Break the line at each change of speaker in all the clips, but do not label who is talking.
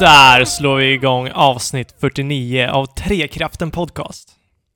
Där slår vi igång avsnitt 49 av Trekraften podcast.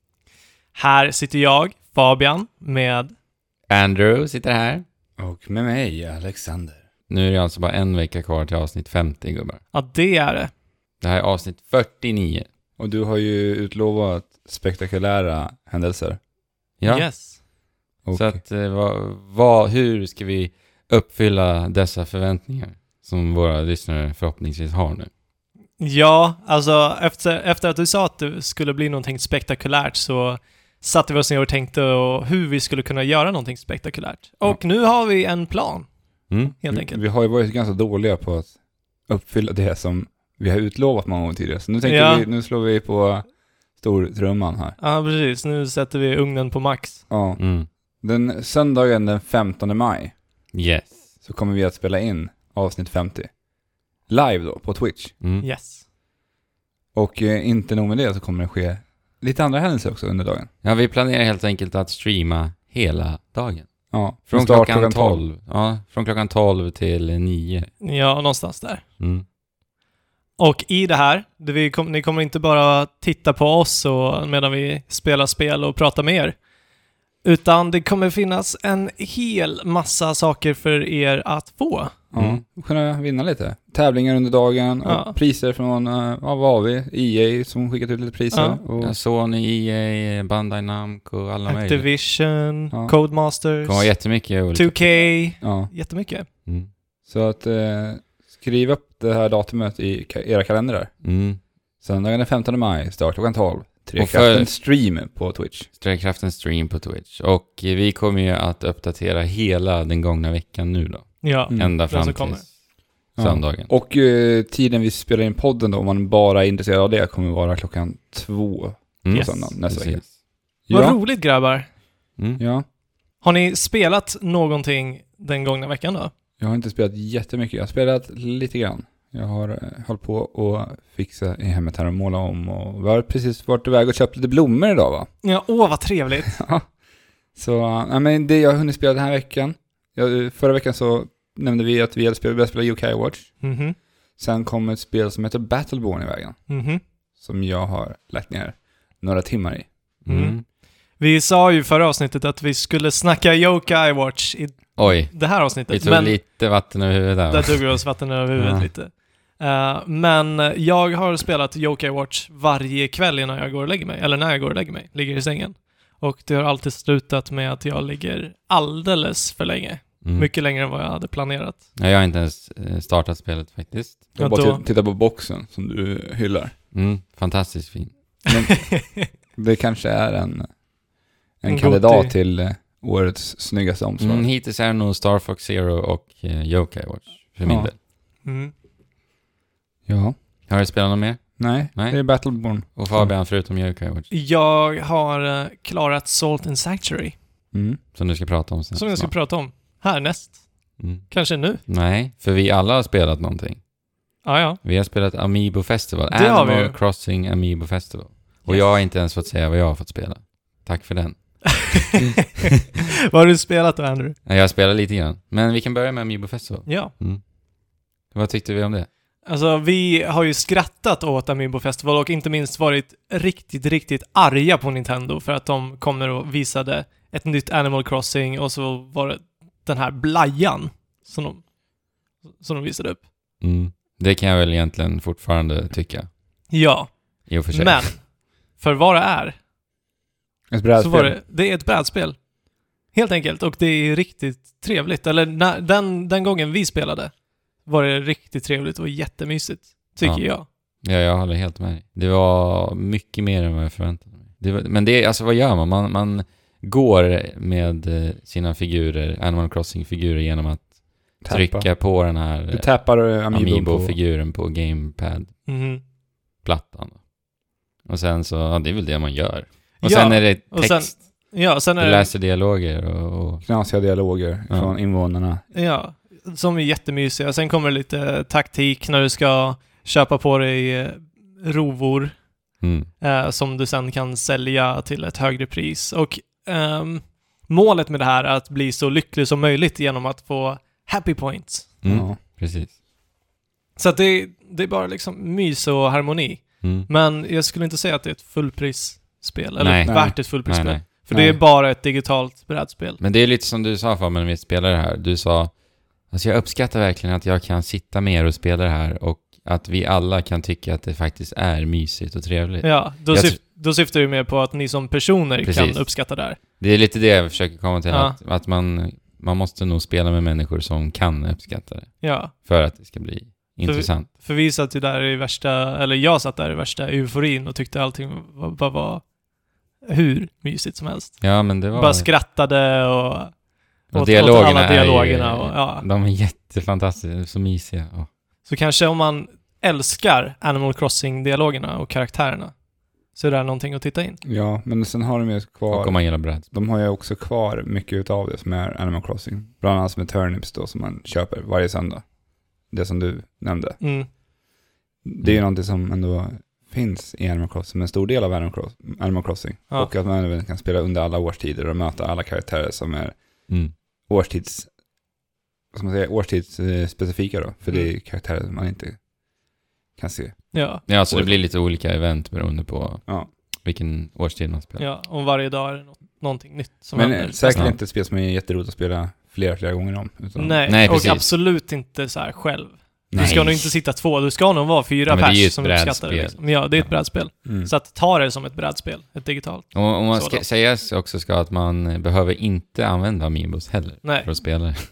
Här sitter jag, Fabian, med
Andrew sitter här.
Och med mig, Alexander.
Nu är det alltså bara en vecka kvar till avsnitt 50, gubbar.
Ja, det är det.
Det här är avsnitt 49.
Och du har ju utlovat spektakulära händelser.
Ja,
Yes.
Och
så att hur ska vi uppfylla dessa förväntningar som våra lyssnare förhoppningsvis har nu?
Ja, alltså efter att du sa att det skulle bli någonting spektakulärt så satte vi oss ner och tänkte hur vi skulle kunna göra någonting spektakulärt. Och nu har vi en plan, helt enkelt.
vi har ju varit ganska dåliga på att uppfylla det som vi har utlovat många gånger tidigare. Så nu tänker vi, nu slår vi på stortrumman här.
Ja, precis. Nu sätter vi ugnen på max.
Ja. Den söndagen den 15 maj
Yes.
så kommer vi att spela in avsnitt 50. Live då, på Twitch.
Yes.
Och inte nog med det så kommer det ske lite andra händelser också under dagen.
Ja, vi planerar helt enkelt att streama hela dagen.
Ja,
Från
start
klockan 12. Ja, från klockan 12 till 9.
Ja, någonstans där. Och i det här, ni kommer inte bara titta på oss medan vi spelar spel och pratar med er. Utan det kommer finnas en hel massa saker för er att få.
Ja, kunna vinna lite. Tävlingar under dagen och priser från, vad har vi? EA som skickat ut lite priser. Och
Sony, EA, Bandai Namco och alla möjliga.
Activision, Codemasters,
Det kommer vara jättemycket olika.
2K, jättemycket.
Så att skriv upp det här datumet i era kalendrar. Söndagen den 15 maj, start klockan 12. Trekraften stream på Twitch.
Trekraften stream på Twitch. Och vi kommer ju att uppdatera hela den gångna veckan nu då.
Ja,
ända fram till söndagen.
Och tiden vi spelar in podden då, om man bara är intresserad av det, kommer vara klockan 2 på söndagen nästa vecka.
Vad roligt, grabbar.
Ja.
Har ni spelat någonting den gångna veckan då?
Jag har inte spelat jättemycket. Jag har spelat lite grann. Jag har hållit på att fixa i hemmet här och måla om. Och vi har precis varit iväg och köpt lite blommor idag, va?
Ja, vad trevligt.
Så, men det jag har hunnit spela den här veckan. Förra veckan så nämnde vi att vi hade börjat spela UK Watch. Sen kom ett spel som heter Battleborn i vägen. Som jag har lagt ner några timmar i.
Vi sa ju förra avsnittet att vi skulle snacka Yokai Watch i det här avsnittet.
Vi tog lite vatten över huvudet
där tog vi oss vatten över huvudet lite. Men jag har spelat Yokai Watch varje kväll innan jag går och lägger mig. Eller när jag går och lägger mig. Ligger i sängen. Och det har alltid slutat med att jag ligger alldeles för länge. Mycket längre än vad jag hade planerat.
Ja, jag har inte ens startat spelet faktiskt.
Jag bara titta på boxen som du hyllar.
Fantastiskt fin.
Men det kanske är en kandidat till årets snyggaste omslag.
Hittills är det nog Star Fox Zero och Yokai Watch för min del.
Ja.
Har du spelat något mer?
Nej, det är Battleborn.
Och Fabian förutom Yokai Watch?
Jag har klarat Salt and Sanctuary.
Som du ska prata om sen.
Som jag ska prata om. Härnäst. Kanske nu.
Nej, för vi alla har spelat någonting.
Ja.
Vi har spelat Amiibo Festival.
Det har vi.
Animal Crossing Amiibo Festival. Och jag har inte ens fått säga vad jag har fått spela. Tack för den.
Vad har du spelat då, Andrew?
Jag har spelat lite grann. Men vi kan börja med Amiibo Festival.
Ja.
Vad tyckte vi om det?
Alltså, vi har ju skrattat åt Amiibo Festival och inte minst varit riktigt, riktigt arga på Nintendo för att de kommer och visade ett nytt Animal Crossing och så var det den här blajan som de visade upp.
Det kan jag väl egentligen fortfarande tycka.
Ja.
I och för sig.
Men för vad det är
ett brädspel.
Så var det är ett brädspel. Helt enkelt. Och det är riktigt trevligt. Eller den gången vi spelade var det riktigt trevligt och jättemysigt, tycker jag.
Ja, jag håller helt med. Det var mycket mer än vad jag förväntade mig. Men det, alltså vad gör man? Man går med sina figurer, Animal Crossing-figurer, genom att trycka på den här
du tappar
Amiibo-figuren på Gamepad-plattan. Och sen så, det är väl det man gör. Och sen är det text.
Sen är
du läser dialoger och
knasiga dialoger från invånarna.
Ja, som är jättemysiga. Sen kommer det lite taktik när du ska köpa på dig rovor som du sen kan sälja till ett högre pris. Och målet med det här är att bli så lycklig som möjligt genom att få happy points.
Precis.
Så att det är bara liksom mys och harmoni. Men jag skulle inte säga att det är ett fullprisspel. Eller värt ett fullprisspel.
Nej.
För det är bara ett digitalt brädspel.
Men det är lite som du sa för när vi spelade det här. Du sa, alltså jag uppskattar verkligen att jag kan sitta med och spela det här och att vi alla kan tycka att det faktiskt är mysigt och trevligt.
Ja, då syftar du mer på att ni som personer kan uppskatta det här. Det
är lite det jag försöker komma till. Att man måste nog spela med människor som kan uppskatta det.
Ja.
För att det ska bli intressant.
För vi satt ju där i jag satt där i värsta euforin och tyckte allting var hur mysigt som helst.
Ja, men det var...
Bara skrattade och
dialogerna
alla dialogerna.
De är jättefantastiska, så mysiga.
Så kanske om man älskar Animal Crossing-dialogerna och karaktärerna så är det någonting att titta in.
Ja, men sen har de ju kvar...
Och man gillar bredd.
De har ju också kvar mycket utav det som är Animal Crossing. Bland annat med turnips då som man köper varje söndag. Det som du nämnde. Det är ju någonting som ändå finns i Animal Crossing. En stor del av Animal Crossing. Ja. Och att man även kan spela under alla årstider och möta alla karaktärer som är årstidsspecifika då. För det är karaktärer som man inte kan se.
Ja, så det blir lite olika event beroende på vilken årstid man spelar.
Ja, och varje dag är det någonting nytt som
men
händer.
Säkert inte ett spel som är jätteroligt att spela flera gånger om. Utan...
Nej, och absolut inte så här själv. Du ska nog inte sitta 2, du ska nog vara 4 pers som uppskattar det. Liksom. Ja, det är ett brädspel. Så att ta det som ett brädspel, ett digitalt.
Och man ska säga också att man behöver inte använda Amiibos heller för att spela det.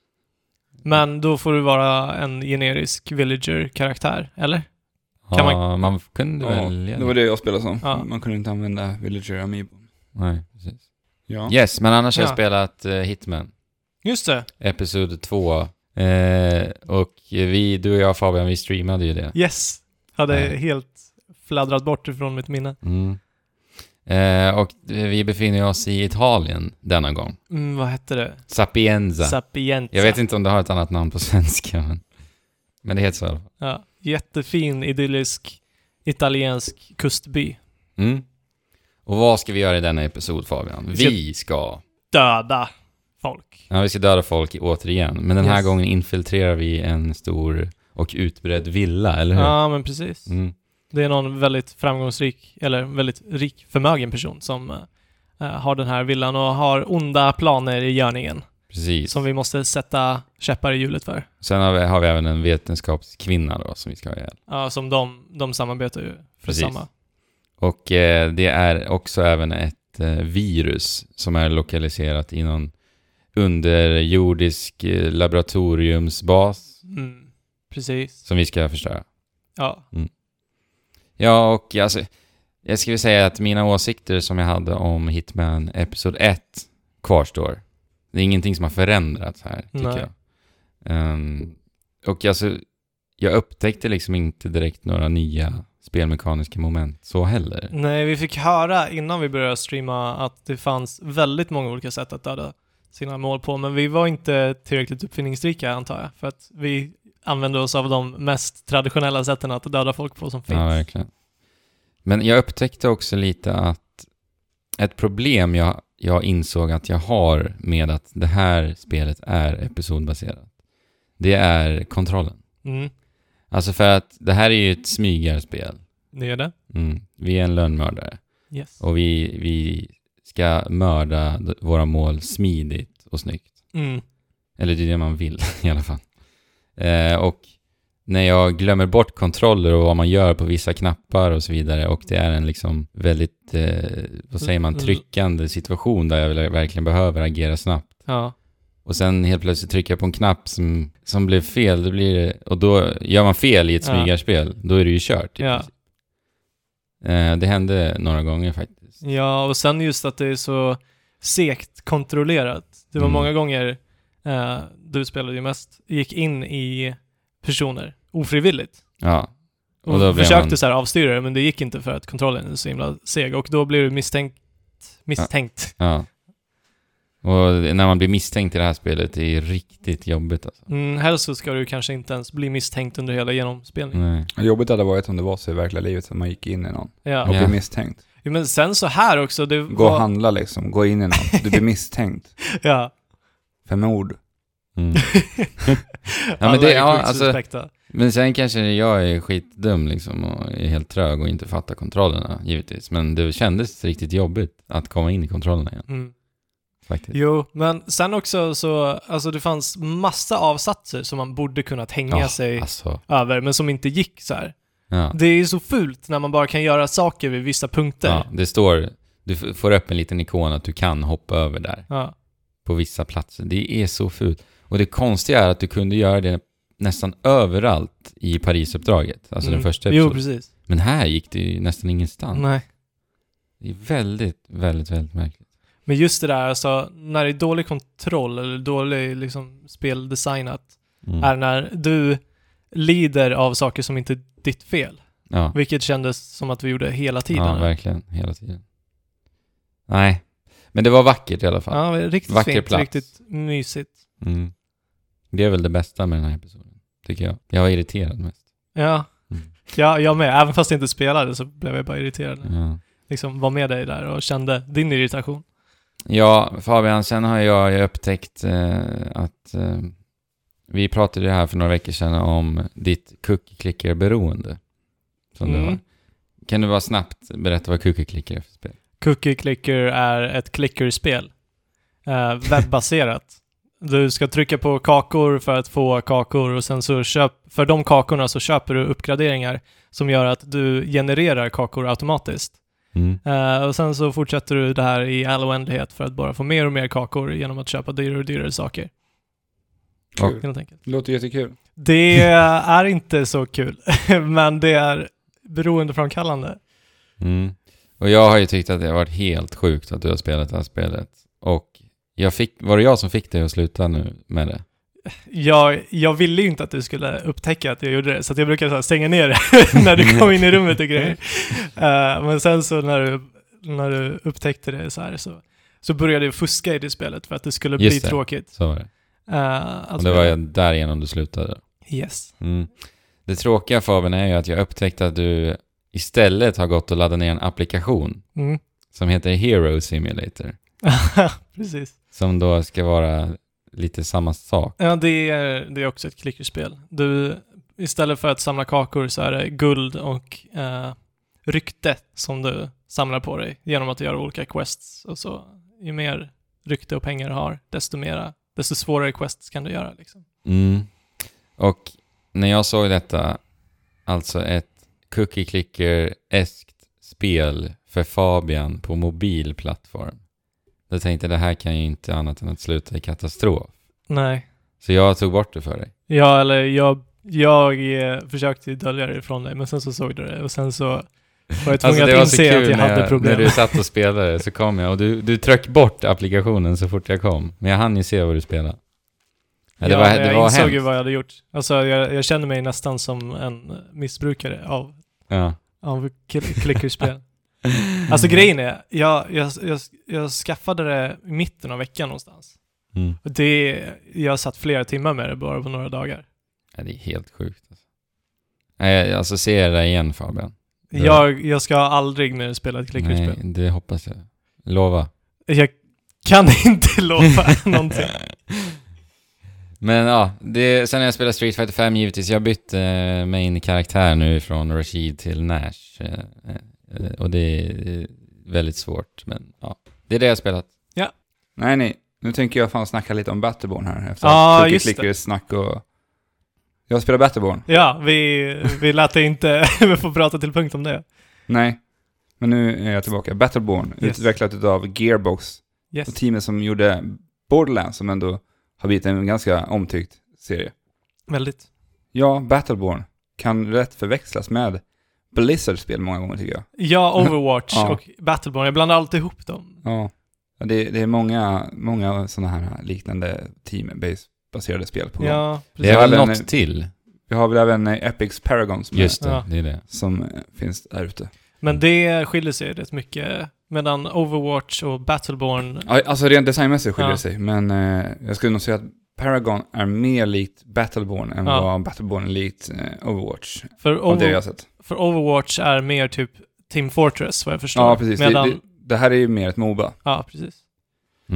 Men då får du vara en generisk villager-karaktär, eller?
Man kunde välja.
Det var det jag spelade som. Ja. Man kunde inte använda villager Amiibo.
Nej, precis.
Ja.
Yes, men annars har jag spelat Hitman.
Just det.
Episod 2. Och du och jag, Fabian, vi streamade ju det.
Yes. Hade helt fladdrat bort ifrån mitt minne.
Och vi befinner oss i Italien denna gång.
Vad hette det?
Sapienza. Jag vet inte om det har ett annat namn på svenska, men det heter så i alla fall.
Ja, jättefin, idyllisk, italiensk kustby.
Och vad ska vi göra i denna episod, Fabian? Vi ska
döda folk.
Ja, vi ska döda folk återigen. Men den här gången infiltrerar vi en stor och utbredd villa, eller hur?
Ja, men precis. Det är någon väldigt framgångsrik, eller väldigt rik, förmögen person som har den här villan och har onda planer i görningen.
Precis.
Som vi måste sätta käppar i hjulet för.
Sen har vi även en vetenskapskvinna då, som vi ska ha ihjäl.
Ja, som de samarbetar ju för samma. Och
det är också även ett virus som är lokaliserat i någon underjordisk laboratoriumsbas.
Precis.
Som vi ska förstöra.
Ja.
Ja, och alltså, jag skulle säga att mina åsikter som jag hade om Hitman Episod 1 kvarstår. Det är ingenting som har förändrats här, tycker jag. Och alltså, jag upptäckte liksom inte direkt några nya spelmekaniska moment så heller.
Nej, vi fick höra innan vi började streama att det fanns väldigt många olika sätt att döda sina mål på, men vi var inte tillräckligt uppfinningsrika, antar jag, för att vi använde oss av de mest traditionella sätten att döda folk på som finns.
Ja, verkligen. Men jag upptäckte också lite att ett problem jag insåg att jag har med att det här spelet är episodbaserat, det är kontrollen. Alltså för att det här är ju ett smygarspel.
Det är det.
Vi är en lönnmördare.
Yes.
Och vi ska mörda våra mål smidigt och snyggt. Eller det är det man vill i alla fall. Och när jag glömmer bort kontroller och vad man gör på vissa knappar och så vidare, och det är en liksom väldigt, vad säger man, tryckande situation där jag verkligen behöver agera snabbt.
Ja.
Och sen helt plötsligt trycker jag på en knapp som blev fel, då blir det, och då gör man fel i ett smygarspel, då är det ju kört. Det hände några gånger faktiskt.
Ja, och sen just att det är så segt kontrollerat. Det var många gånger du spelade ju mest, gick in i personer ofrivilligt.
Ja.
Och då försökte så här avstyra det, men det gick inte för att kontrollen är så himla seg. Och då blir du misstänkt.
Ja. Och när man blir misstänkt i det här spelet, det är riktigt jobbigt alltså.
Helst så ska du kanske inte ens bli misstänkt under hela genomspelningen.
Nej. Jobbigt hade varit om det var så i verkliga livet att man gick in i någon och blev misstänkt.
Ja, men sen så här också.
Gå och handla liksom, gå in i någon. Du blir misstänkt.
Ja.
För mord.
Ja, men det, alltså, Men sen kanske jag är skitdum liksom och är helt trög och inte fattar kontrollerna, givetvis. Men det kändes riktigt jobbigt att komma in i kontrollerna igen. Faktiskt.
Jo, men sen också så, alltså det fanns massa avsatser som man borde kunnat hänga sig över, men som inte gick så här.
Ja.
Det är så fult när man bara kan göra saker vid vissa punkter.
Ja, det står, du får upp en liten ikon att du kan hoppa över där.
Ja.
På vissa platser. Det är så fult. Och det konstiga är att du kunde göra det nästan överallt i Paris-uppdraget. Alltså den första episoden.
Jo, precis.
Men här gick det ju nästan ingenstans.
Nej.
Det är väldigt, väldigt, väldigt märkligt.
Men just det där, alltså, när det är dålig kontroll eller dålig liksom, speldesignat är när du lider av saker som inte är ditt fel.
Ja.
Vilket kändes som att vi gjorde hela tiden.
Ja, verkligen. Hela tiden. Nej. Men det var vackert i alla fall.
Ja, riktigt
vacker
fint.
plats.
Riktigt mysigt.
Det är väl det bästa med den här episoden, tycker jag. Jag var irriterad mest.
Ja. Ja, jag med. Även fast jag inte spelade så blev jag bara irriterad.
Ja.
Liksom var med dig där och kände din irritation.
Ja, Fabian, sen har jag upptäckt att vi pratade ju här för några veckor sedan om ditt cookie-clicker-beroende. Som du har. Kan du bara snabbt berätta vad cookie-clicker är för spel?
Cookie-clicker är ett clickerspel. Webbaserat. Du ska trycka på kakor för att få kakor och sen så för de kakorna så köper du uppgraderingar som gör att du genererar kakor automatiskt. Och sen så fortsätter du det här i all oändlighet för att bara få mer och mer kakor genom att köpa dyrare och dyrare saker.
Kul. Låter jättekul.
Det är inte så kul, men det är beroendeframkallande.
Och jag har ju tyckt att det har varit helt sjukt att du har spelat det här spelet. Och var det jag som fick dig att sluta nu med det?
Jag ville ju inte att du skulle upptäcka att jag gjorde det, så att jag brukar så här stänga ner det när du kom in i rummet och grejer. Men sen så när du upptäckte det så här så började jag fuska i det spelet för att det skulle bli tråkigt.
Så var det. Och det var därigenom du slutade.
Yes.
Det tråkiga, Fabian, är ju att jag upptäckte att du istället har gått och laddat ner en applikation som heter Hero Simulator.
Precis.
Som då ska vara lite samma sak.
Ja, det är också ett klickerspel. Istället för att samla kakor så är det guld och rykte som du samlar på dig genom att göra olika quests. Och så ju mer rykte och pengar du har, desto svårare quests kan du göra. Liksom.
Och när jag såg detta, alltså ett cookie-clicker-eskt spel för Fabian på mobilplattform, då tänkte jag, det här kan ju inte annat än att sluta i katastrof.
Nej.
Så jag tog bort det för dig.
Ja, eller jag försökte dölja det ifrån dig, men sen så såg du det. Och sen så var jag tvungen att inse att jag hade problem.
När du satt och spelade så kom jag och du tryckte bort applikationen så fort jag kom. Men jag hann ju se vad du spelade. Ja,
jag insåg ju vad jag hade gjort. Alltså jag kände mig nästan som en missbrukare av klickerspel. Alltså grejen är, jag skaffade det i mitten av veckan någonstans. Jag satt flera timmar med det bara på några dagar.
Ja, det är helt sjukt. Alltså ser det igen, Fabian.
Jag ska aldrig mer spela ett klickerspel.
Nej, det hoppas jag. Lova.
Jag kan inte lova någonting.
Men ja, sen när jag spelade Street Fighter 5 givetvis, jag bytte mig in i karaktär nu från Rashid till Nash. Och det är väldigt svårt, men ja, det är det jag har spelat.
Ja.
Nej, nu tänker jag fan snacka lite om Battleborn här efter cookie-clicker snack och... Jag spelar Battleborn.
Ja, vi lät dig inte få prata till punkt om det.
Nej, men nu är jag tillbaka. Battleborn, utvecklat av Gearbox. Och teamet som gjorde Borderlands, som ändå har blivit en ganska omtyckt serie.
Väldigt.
Ja, Battleborn kan rätt förväxlas med Blizzard-spel många gånger, tycker jag.
Ja, Overwatch och Battleborn. Jag blandar alltid ihop dem.
Ja, det är många sådana här liknande team-based-baserade spel på gång.
Ja,
det är väl något till.
Vi har väl även Epics Paragon som,
just det, det är det.
Som finns där ute.
Men det skiljer sig rätt mycket medan Overwatch och Battleborn...
Ja, alltså rent designmässigt skiljer det sig. Men jag skulle nog säga att Paragon är mer likt Battleborn än vad Battleborn är likt Overwatch. Av det jag har sett.
För Overwatch är mer typ Team Fortress, vad jag förstår.
Ja, precis. Det här är ju mer ett MOBA.
Ja, precis.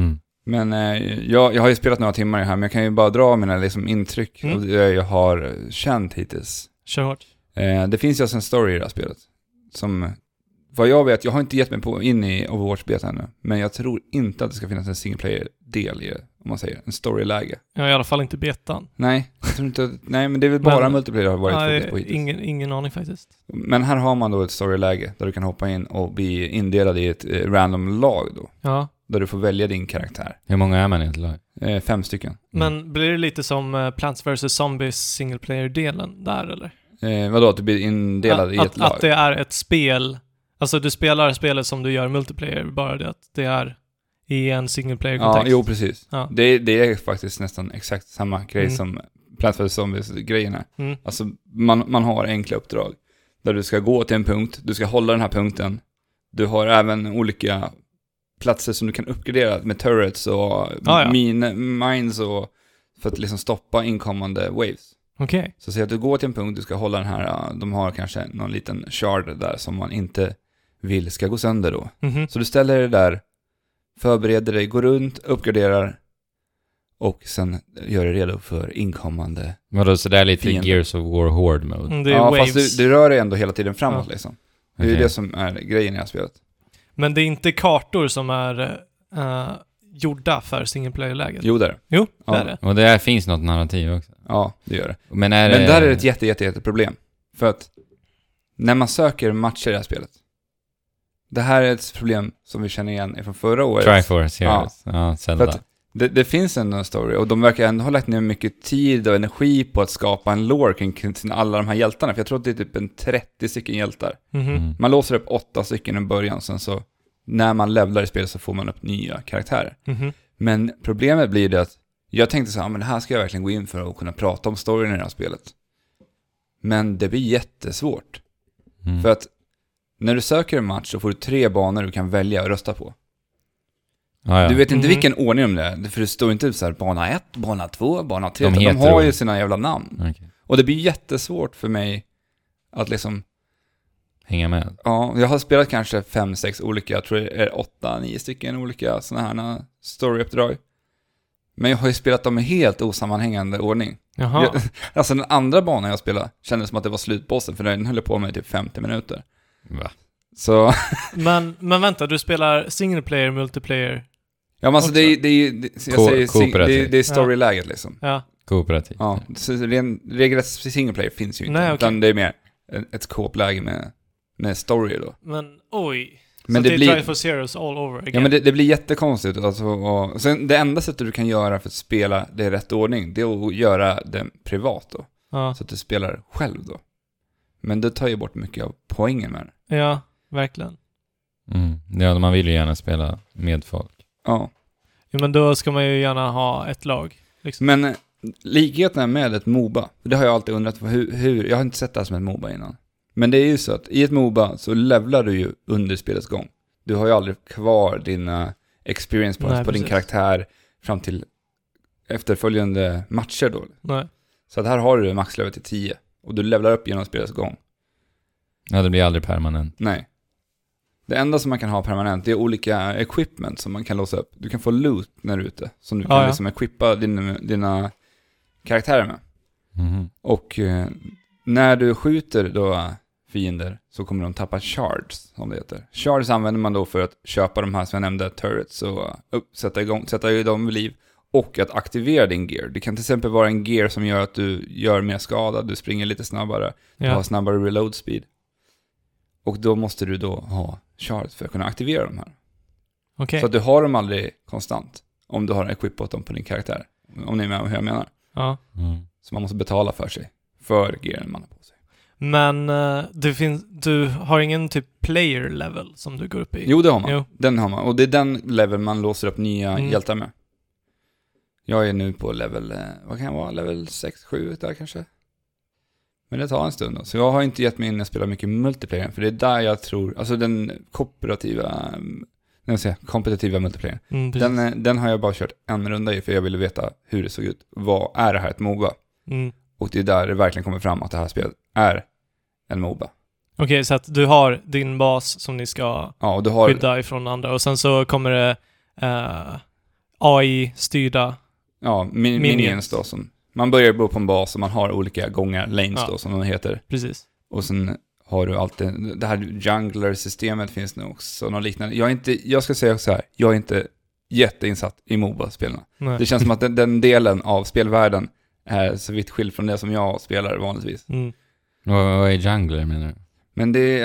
Men jag har ju spelat några timmar i det här, men jag kan ju bara dra mina liksom intryck av det jag har känt hittills.
Kör hårt.
Det finns ju alltså en story i det här spelet. Som, vad jag vet, jag har inte gett mig in i Overwatch-beta ännu. Men jag tror inte att det ska finnas en single player-del i det, om man säger. En story-läge.
Ja, i alla fall inte betan.
Nej, jag tror inte, nej, men det är väl bara multiplayer har varit fokus på hittills.
Ingen aning faktiskt.
Men här har man då ett story-läge där du kan hoppa in och bli indelad i ett random lag då.
Ja.
Där du får välja din karaktär.
Hur många är man i ett lag?
5 stycken.
Men blir det lite som Plants vs. Zombies single player-delen där, eller?
Vadå, att du blir indelad i ett lag?
Att det är ett spel. Alltså du spelar spelet som du gör multiplayer, bara det att det är i en single player-kontext.
Ja, jo precis.
Ja.
Det är faktiskt nästan exakt samma grej som Plants vs. Zombies-grejerna. Alltså man har enkla uppdrag. Där du ska gå till en punkt, du ska hålla den här punkten. Du har även olika platser som du kan uppgradera med turrets och mines och för att liksom stoppa inkommande waves.
Okej.
Så säg att du går till en punkt, du ska hålla den här, de har kanske någon liten shard där som man inte vill ska gå sönder då. Så du ställer dig där, förbereder dig, går runt, uppgraderar och sen gör dig redo för inkommande.
Vadå, så det är lite
fiender.
Gears of War Horde mode?
Det är waves.
Fast du rör dig ändå hela tiden framåt liksom. Det är ju
Okej.
det som är grejen i det här spelet.
Men det är inte kartor som är gjorda för single player-läget?
Jo, där.
Jo, det
Ja.
är det.
Och det finns något narrativ också.
Ja, det gör det.
Men
Men där är det ett jätte problem. För att när man söker matcher i det här spelet, det här är ett problem som vi känner igen från förra året.
Triforce Heroes. Ja, Zelda.
För att det finns en story och de verkar ändå ha lagt ner mycket tid och energi på att skapa en lore kring alla de här hjältarna. För jag tror att det är typ en 30 stycken hjältar. Man låser upp 8 stycken i början, sen så när man levlar i spelet så får man upp nya karaktärer. Men problemet blir det att jag tänkte så här, men det här ska jag verkligen gå in för att kunna prata om storyn i det här spelet. Men det blir jättesvårt. För att när du söker en match så får du 3 banor du kan välja att rösta på.
Ja.
Du vet inte vilken ordning det är, för det står inte så här bana 1, bana 2, bana 3. De har ju sina jävla namn.
Okay.
Och det blir jättesvårt för mig att liksom
hänga med.
Ja, jag har spelat kanske 5-6 olika, jag tror det är 8-9 stycken olika sådana här storyuppdrag. Men jag har ju spelat dem i helt osammanhängande ordning. Alltså den andra banan jag spelade kändes som att det var slutbossen, för den höll på med typ 50 minuter.
Va?
Så
men vänta, du spelar single player, multiplayer?
ja, men alltså det är storyläget liksom.
Ja.
Kooperativt.
Ja, så regelrätt single player finns ju inte.
Nej,
utan det är mer ett co-op-läge med story då.
Men oj.
Men
så
det blir
Triforce Heroes all over again.
Ja, men det blir jättekonstigt alltså, och sen det enda sättet du kan göra för att spela det i rätt ordning, det är att göra det privat då.
Ja.
Så att du spelar själv då. Men det tar ju bort mycket av poängen med det.
Ja, verkligen.
Ja, man vill ju gärna spela med folk.
Ja.
Men då ska man ju gärna ha ett lag. Liksom.
Men likheten med ett MOBA, det har jag alltid undrat på hur, jag har inte sett det här som ett MOBA innan. Men det är ju så att i ett MOBA så levlar du ju under spelets gång. Du har ju aldrig kvar dina experience points på din karaktär fram till efterföljande matcher då.
Nej.
Så att här har du maxlevel till 10 och du levlar upp genom spelets gång.
Ja, det blir aldrig permanent.
Nej. Det enda som man kan ha permanent är olika equipment som man kan låsa upp. Du kan få loot när du är ute som du kan liksom equippa dina karaktärer med. Och när du skjuter då fiender så kommer de tappa shards, som det heter. Shards använder man då för att köpa de här som jag nämnde, turrets, och sätta dem vid liv. Och att aktivera din gear. Det kan till exempel vara en gear som gör att du gör mer skada, du springer lite snabbare, du har snabbare reload speed. Och då måste du då ha shards för att kunna aktivera de här.
Okay.
Så att du har dem aldrig konstant om du har equippat dem på din karaktär. Om ni är med hur jag menar.
Ja.
Så man måste betala för sig. För gearen man har på sig.
Men du har ingen typ player level som du går upp i?
Jo, det har man. Jo. Den har man. Och det är den level man låser upp nya hjältar med. Jag är nu på level, vad kan jag vara? Level 6-7 där kanske. Men det tar en stund då. Så jag har inte gett mig in att spela mycket multiplayer. För det är där jag tror, alltså den kompetitiva multiplayer. Den har jag bara kört en runda i, för jag ville veta hur det såg ut. Vad är det här, ett MOBA? Och det är där det verkligen kommer fram att det här spelet är en MOBA.
Okej, så att du har din bas som ni ska
och du har
skydda ifrån andra. Och sen så kommer det AI-styrda
minions då. Som, man börjar bo på en bas och man har olika gångar, lanes då, som de heter.
Precis.
Och sen har du alltid, det här jungler-systemet finns nu också, något liknande. Jag ska säga så här, jag är inte jätteinsatt i MOBA-spelarna. Det känns som att den delen av spelvärlden är så vitt skild från det som jag spelar vanligtvis.
Vad är jungler menar du?
Men det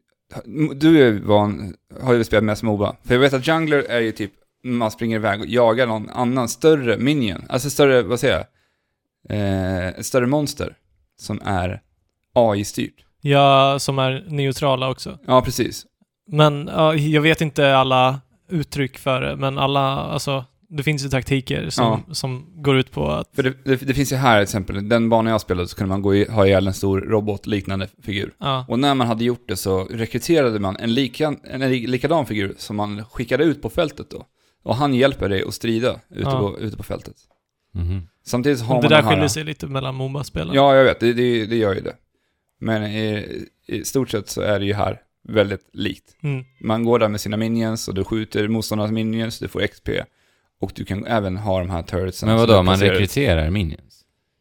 du har ju spelat mest MOBA. För jag vet att jungler är ju typ man springer iväg och jagar någon annan större minion. Alltså större, vad säger jag? Ett större monster som är AI-styrt.
Ja, som är neutrala också.
Ja, precis.
Men jag vet inte alla uttryck för det, men alltså det finns ju taktiker som går ut på att...
För det finns ju här till exempel, den banan jag spelade så kunde man ha ihjäl en stor robotliknande figur.
Ja.
Och när man hade gjort det så rekryterade man en likadan figur som man skickade ut på fältet då. Och han hjälper dig att strida ute på fältet.
Mm-hmm.
Samtidigt har
det där skiljer sig lite mellan MOBA-spelen.
Ja, jag vet. Det gör ju det. Men i stort sett så är det ju här väldigt likt. Man går där med sina minions och du skjuter motståndarnas minions, du får XP. Och du kan även ha de här turretsen.
Men vadå, man rekryterar minions?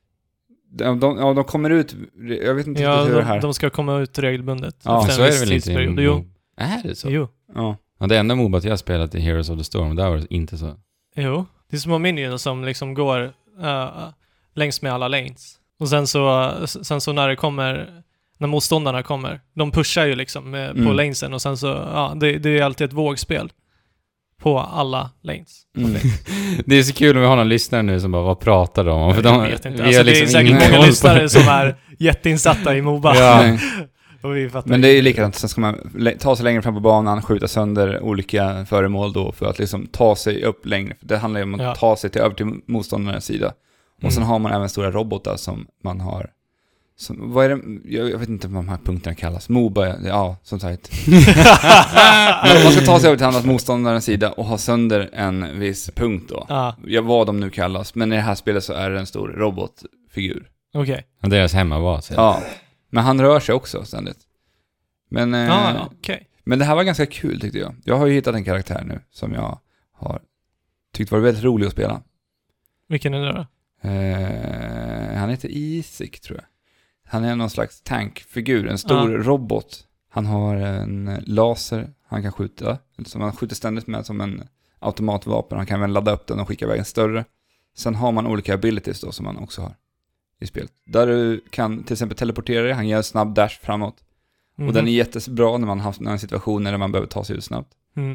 De kommer ut, jag vet inte hur det här.
De ska komma ut regelbundet.
Ja, så är det väl inte.
Jo.
Är det så?
Jo.
Ja.
Det enda MOBAt jag spelat i Heroes of the Storm, där var det inte så.
Jo, det är små minions som liksom går längs med alla lanes. Och sen så när motståndarna kommer, de pushar ju liksom på lanesen och sen så, det är alltid ett vågspel på alla lanes.
Det är så kul om vi har någon lyssnare nu som bara, vad pratar de om? För
jag vet inte. Alltså, det är säkert många lyssnare som är jätteinsatta i MOBA.
Ja.
Men det är ju likadant, sen ska man ta sig längre fram på banan, skjuta sönder olika föremål då för att liksom ta sig upp längre. Det handlar ju om att ta sig över till motståndarens sida. Och sen har man även stora robotar som man har. Vad är det? Jag vet inte vad de här punkterna kallas. MOBA, ja, som sagt. Man ska ta sig över till annat motståndarens sida och ha sönder en viss punkt då. Vad de nu kallas. Men i det här spelet så är det en stor robotfigur.
Okej.
Och deras hemmabas.
Ja. Men han rör sig också ständigt. Men, men det här var ganska kul tyckte jag. Jag har ju hittat en karaktär nu som jag har tyckt var väldigt rolig att spela.
Vilken är det då?
Han heter Isaac tror jag. Han är någon slags tankfigur, en stor robot. Han har en laser han kan skjuta, som han skjuter ständigt med som en automatvapen. Han kan även ladda upp den och skicka iväg en större. Sen har man olika abilities då som man också har i spelet. Där du kan till exempel teleportera dig, han gör en snabb dash framåt. Och den är jättebra när man har en situation där man behöver ta sig ut snabbt.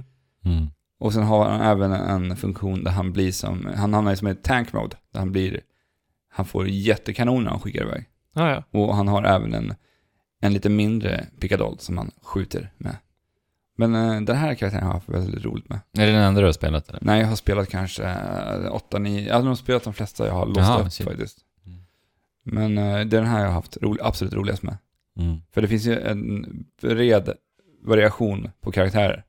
Och sen har han även en funktion där han blir han hamnar som ett tank mode, där han får jättekanoner han skickar iväg. Och han har även en lite mindre pickadoll som han skjuter med. Men den här karaktären har jag haft väldigt roligt med.
Är det den enda du har spelat eller?
Nej, jag har spelat kanske 8-9. Jag har nog spelat de flesta jag har låst upp faktiskt. Men den här jag har haft absolut roligast med. För det finns ju en bred variation på karaktärer.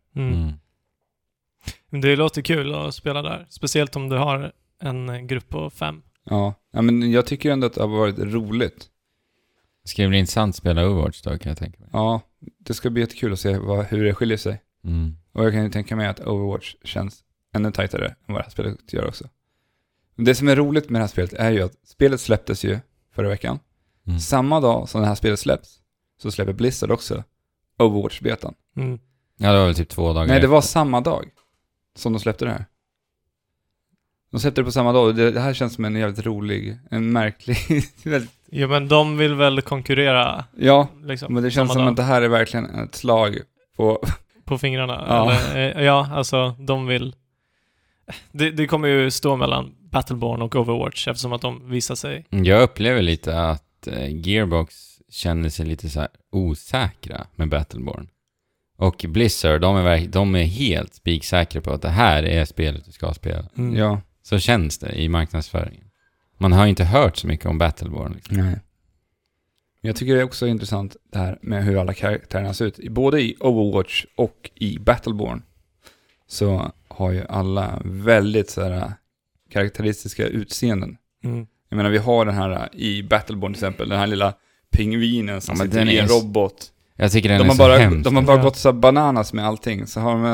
Det låter kul att spela där. Speciellt om du har en grupp på 5.
Ja, men jag tycker ändå att det har varit roligt.
Ska det bli intressant att spela Overwatch då, kan jag tänka mig.
Ja, det ska bli jättekul att se hur det skiljer sig. Och jag kan ju tänka mig att Overwatch känns ännu tajtare än vad det här spelet gör också. Det som är roligt med det här spelet är ju att spelet släpptes ju förra veckan. Samma dag som det här spelet släpps så släpper Blizzard också Overwatch-betan.
Ja, det var väl typ 2 dagar.
Nej, det var samma dag som de släppte det här. De släppte det på samma dag. Det här känns som en jävligt rolig, en märklig...
Ja, men de vill väl konkurrera.
Ja,
liksom,
men det känns som att det här är verkligen ett slag
på fingrarna.
Ja,
eller, alltså de vill... Det kommer ju stå mellan Battleborn och Overwatch eftersom att de visar sig.
Jag upplever lite att Gearbox känner sig lite så här osäkra med Battleborn. Och Blizzard, de är helt spiksäkra på att det här är spelet du ska spela.
Ja.
Så känns det i marknadsföringen. Man har inte hört så mycket om Battleborn. Liksom.
Nej. Jag tycker det är också intressant det här med hur alla karaktärerna ser ut. Både i Overwatch och i Battleborn så har ju alla väldigt så här karaktäristiska utseenden. Jag menar, vi har den här i Battleborn till exempel, den här lilla pingvinen som sitter i en robot.
Jag tycker den är så hemskt.
De har bara gått så bananas med allting. Så har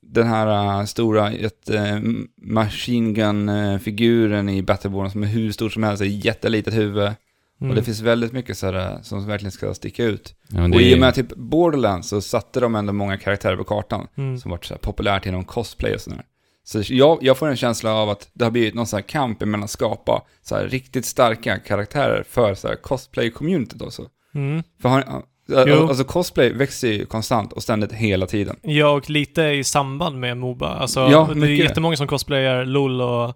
den här stora machine gun-figuren i Battleborn som är hur stor som helst, är jättelitet huvud. Och det finns väldigt mycket sådär som verkligen ska sticka ut.
Ja,
och i och med typ Borderlands så satte de ändå många karaktärer på kartan som varit så här populärt inom cosplay och sådär. Så jag får en känsla av att det har blivit någon sån här kamp mellan att skapa så här riktigt starka karaktärer för så här cosplay-communityt också. För alltså cosplay växer ju konstant och ständigt hela tiden.
Ja, och lite i samband med MOBA. Alltså, det är jättemånga som cosplayar LOL och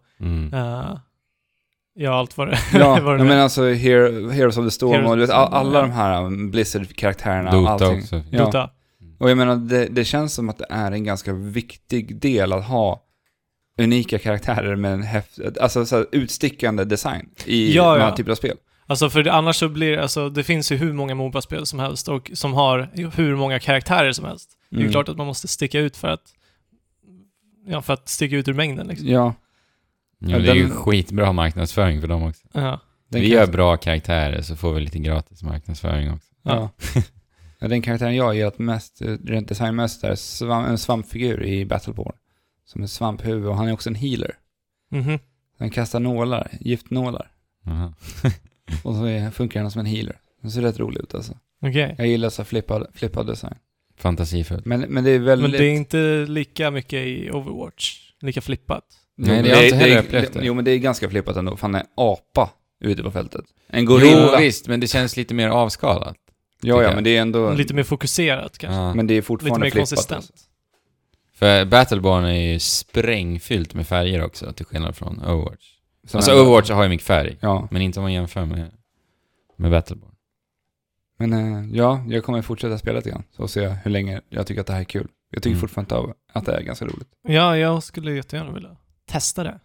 allt vad det
ja, men alltså Heroes of the Storm och alla de här Blizzard-karaktärerna.
Dota
allting.
också.
Ja.
Dota.
Och jag menar, det känns som att det är en ganska viktig del att ha unika karaktärer med en alltså så här, utstickande design i de här typer av spel.
Alltså för annars så blir det finns ju hur många MOBA-spel som helst och som har hur många karaktärer som helst. Det är ju klart att man måste sticka ut för att sticka ut ur mängden liksom.
Ja.
Ja, det är ju skitbra marknadsföring för dem också.
Ja.
Vi gör bra karaktärer så får vi lite gratis marknadsföring också.
Ja. Ja, den karaktären jag har gillat mest, rent designmässigt, är en svampfigur i Battleborn. Som är svamphuvud, och han är också en healer. Han kastar giftnålar. Och så funkar han som en healer. Det ser rätt roligt ut alltså.
Okay.
Jag gillar så flippad design.
Fantasifullt.
Men det är väldigt...
Men det är inte lika mycket i Overwatch. Lika flippat.
Nej, det är inte heller upplevt det.
Jo, men det är ganska flippat ändå. Fan, är apa ute på fältet. En gorilla.
Jo, visst, men det känns lite mer avskalat.
Ja, men det är ändå...
Lite mer fokuserat kanske.
Ja. Men det är fortfarande
lite mer
flippat.
konsistent.
Alltså.
För Battleborn är ju sprängfyllt med färger också, till skillnad från Overwatch. Alltså Overwatch har ju mycket färg, men inte om man jämför med Battleborn.
Men jag kommer fortsätta spela lite grann, så se hur länge jag tycker att det här är kul. Jag tycker fortfarande att det är ganska roligt.
Ja, jag skulle jättegärna vilja testa det.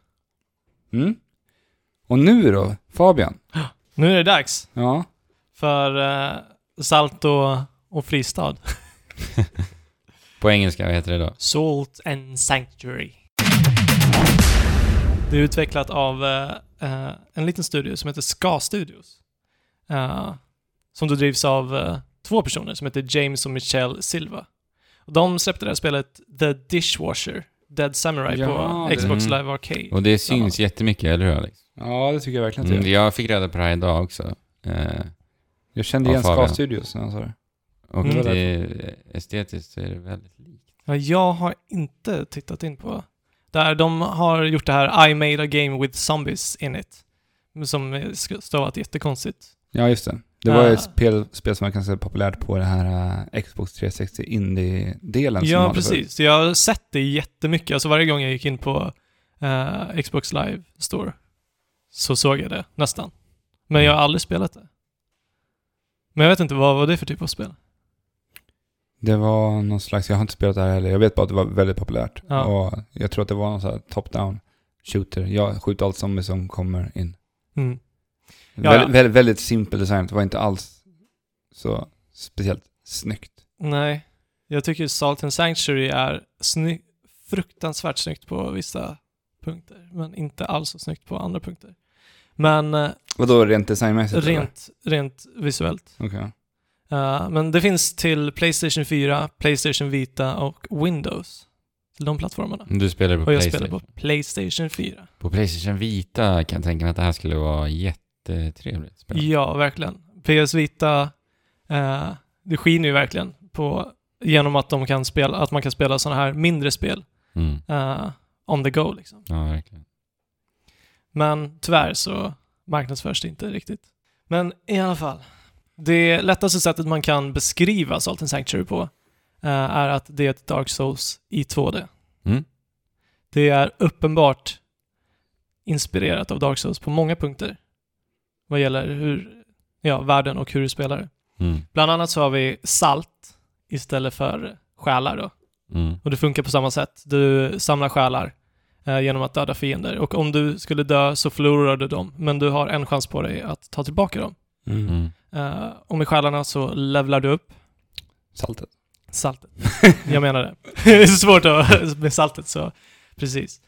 Och nu då, Fabian?
Nu är det dags.
Ja.
För Salto och Fristad.
På engelska, vad heter det då?
Salt and Sanctuary. Det är utvecklat av en liten studio som heter Ska Studios. Som då drivs av 2 personer som heter James och Michelle Silva. Och de släppte det här spelet The Dishwasher, Dead Samurai på Xbox Live Arcade.
Och det syns jättemycket, eller hur Alex?
Ja, det tycker jag verkligen.
Jag fick reda på det här idag också.
Jag kände igen Ska Studios när jag sa det.
Och estetiskt är det väldigt likt.
Ja, jag har inte tittat in på där de har gjort det här I made a game with zombies in it. Som stavat jättekonstigt.
Ja, just det. Det var ett spel som var ganska populärt på det här Xbox 360 indie-delen.
Ja, precis. Jag har sett det jättemycket. Alltså varje gång jag gick in på Xbox Live Store så såg jag det nästan. Men jag har aldrig spelat det. Men jag vet inte, vad var det för typ av spel?
Det var någon slags, jag har inte spelat det här heller. Jag vet bara att det var väldigt populärt. Ja. Och jag tror att det var någon sån här top-down shooter. Jag skjuter allt som kommer in. Väldigt simpel design. Det var inte alls så speciellt snyggt.
Nej, jag tycker Salt and Sanctuary är fruktansvärt snyggt på vissa punkter. Men inte alls så snyggt på andra punkter. Men...
Vadå, rent designmässigt?
Rent visuellt.
Okej.
Men det finns till PlayStation 4, PlayStation Vita och Windows. Till de plattformarna.
Du spelar på
och jag
PlayStation?
spelar på PlayStation 4.
På PlayStation Vita kan jag tänka mig att det här skulle vara jättetrevligt spel.
Ja, verkligen. PS Vita, det skiner ju verkligen på genom att man kan spela såna här mindre spel on the go liksom.
Ja, verkligen.
Men tyvärr så marknadsförs det inte riktigt. Men i alla fall, det lättaste sättet man kan beskriva Salt and Sanctuary på är att det är ett Dark Souls i 2D. Det är uppenbart inspirerat av Dark Souls på många punkter vad gäller världen och hur du spelar. Bland annat så har vi salt istället för själar då. Och det funkar på samma sätt. Du samlar själar genom att döda fiender. Och om du skulle dö så förlorar du dem. Men du har en chans på dig att ta tillbaka dem. Och med själarna så levlar du upp. Saltet. Jag menar det. Det är så svårt med saltet, så precis.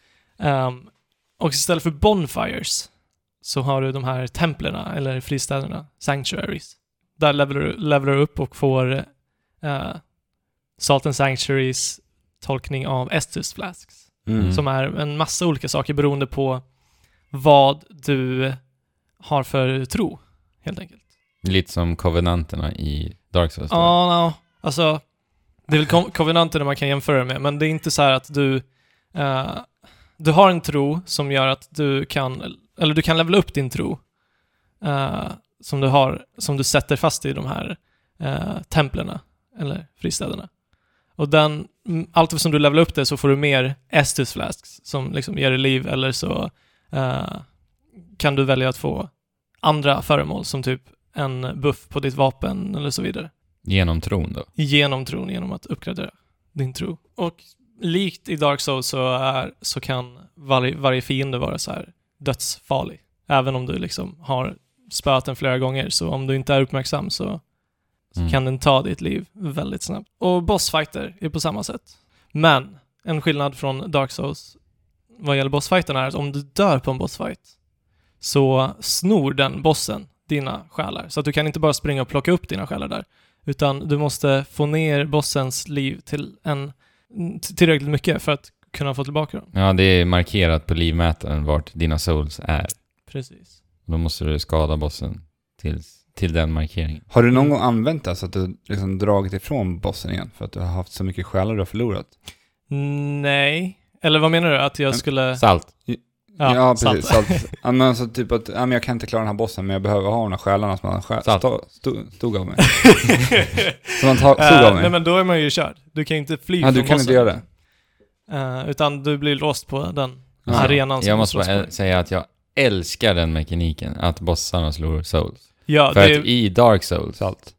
Och istället för bonfires så har du de här templerna eller fristäderna, sanctuaries. Där levlar du upp och får Salt and Sanctuaries tolkning av Estus Flasks. Som är en massa olika saker beroende på vad du har för tro, helt enkelt.
Lite som kovenanterna i Dark Souls.
Ja, alltså det är väl kovenanterna man kan jämföra med, men det är inte så här att du har en tro som gör att du kan levela upp din tro som du sätter fast i de här templerna eller fristäderna. Och allt som du levelar upp det så får du mer Estus Flasks som liksom ger dig liv, eller så kan du välja att få andra föremål som typ en buff på ditt vapen eller så vidare.
Genom tron då?
Genom att uppgradera din tro. Och likt i Dark Souls så kan varje fiende vara så här dödsfarlig. Även om du liksom har spöat den flera gånger, så om du inte är uppmärksam så kan den ta ditt liv väldigt snabbt. Och bossfighter är på samma sätt. Men en skillnad från Dark Souls vad gäller bossfighterna är att om du dör på en bossfight så snor den bossen dina själar. Så att du kan inte bara springa och plocka upp dina själar där, utan du måste få ner bossens liv till tillräckligt mycket för att kunna få tillbaka dem.
Ja, det är markerat på livmätaren vart dina souls är.
Precis.
Då måste du skada bossen till den markeringen.
Har du någon gång använt det så att du liksom dragit ifrån bossen igen för att du har haft så mycket själar du har förlorat?
Nej. Eller vad menar du? Att jag skulle...
Salt.
Ja, precis. Salt. Men alltså typ att jag kan inte klara den här bossen, men jag behöver ha de här själarna som han stod av mig. Som han stod av mig.
Nej, men då är man ju körd. Du kan inte fly
från
bossen.
Du kan inte göra
det. Utan du blir låst på den arenan.
Jag måste bara säga att jag älskar den mekaniken, att bossarna slår souls.
Ja,
för att i Dark Souls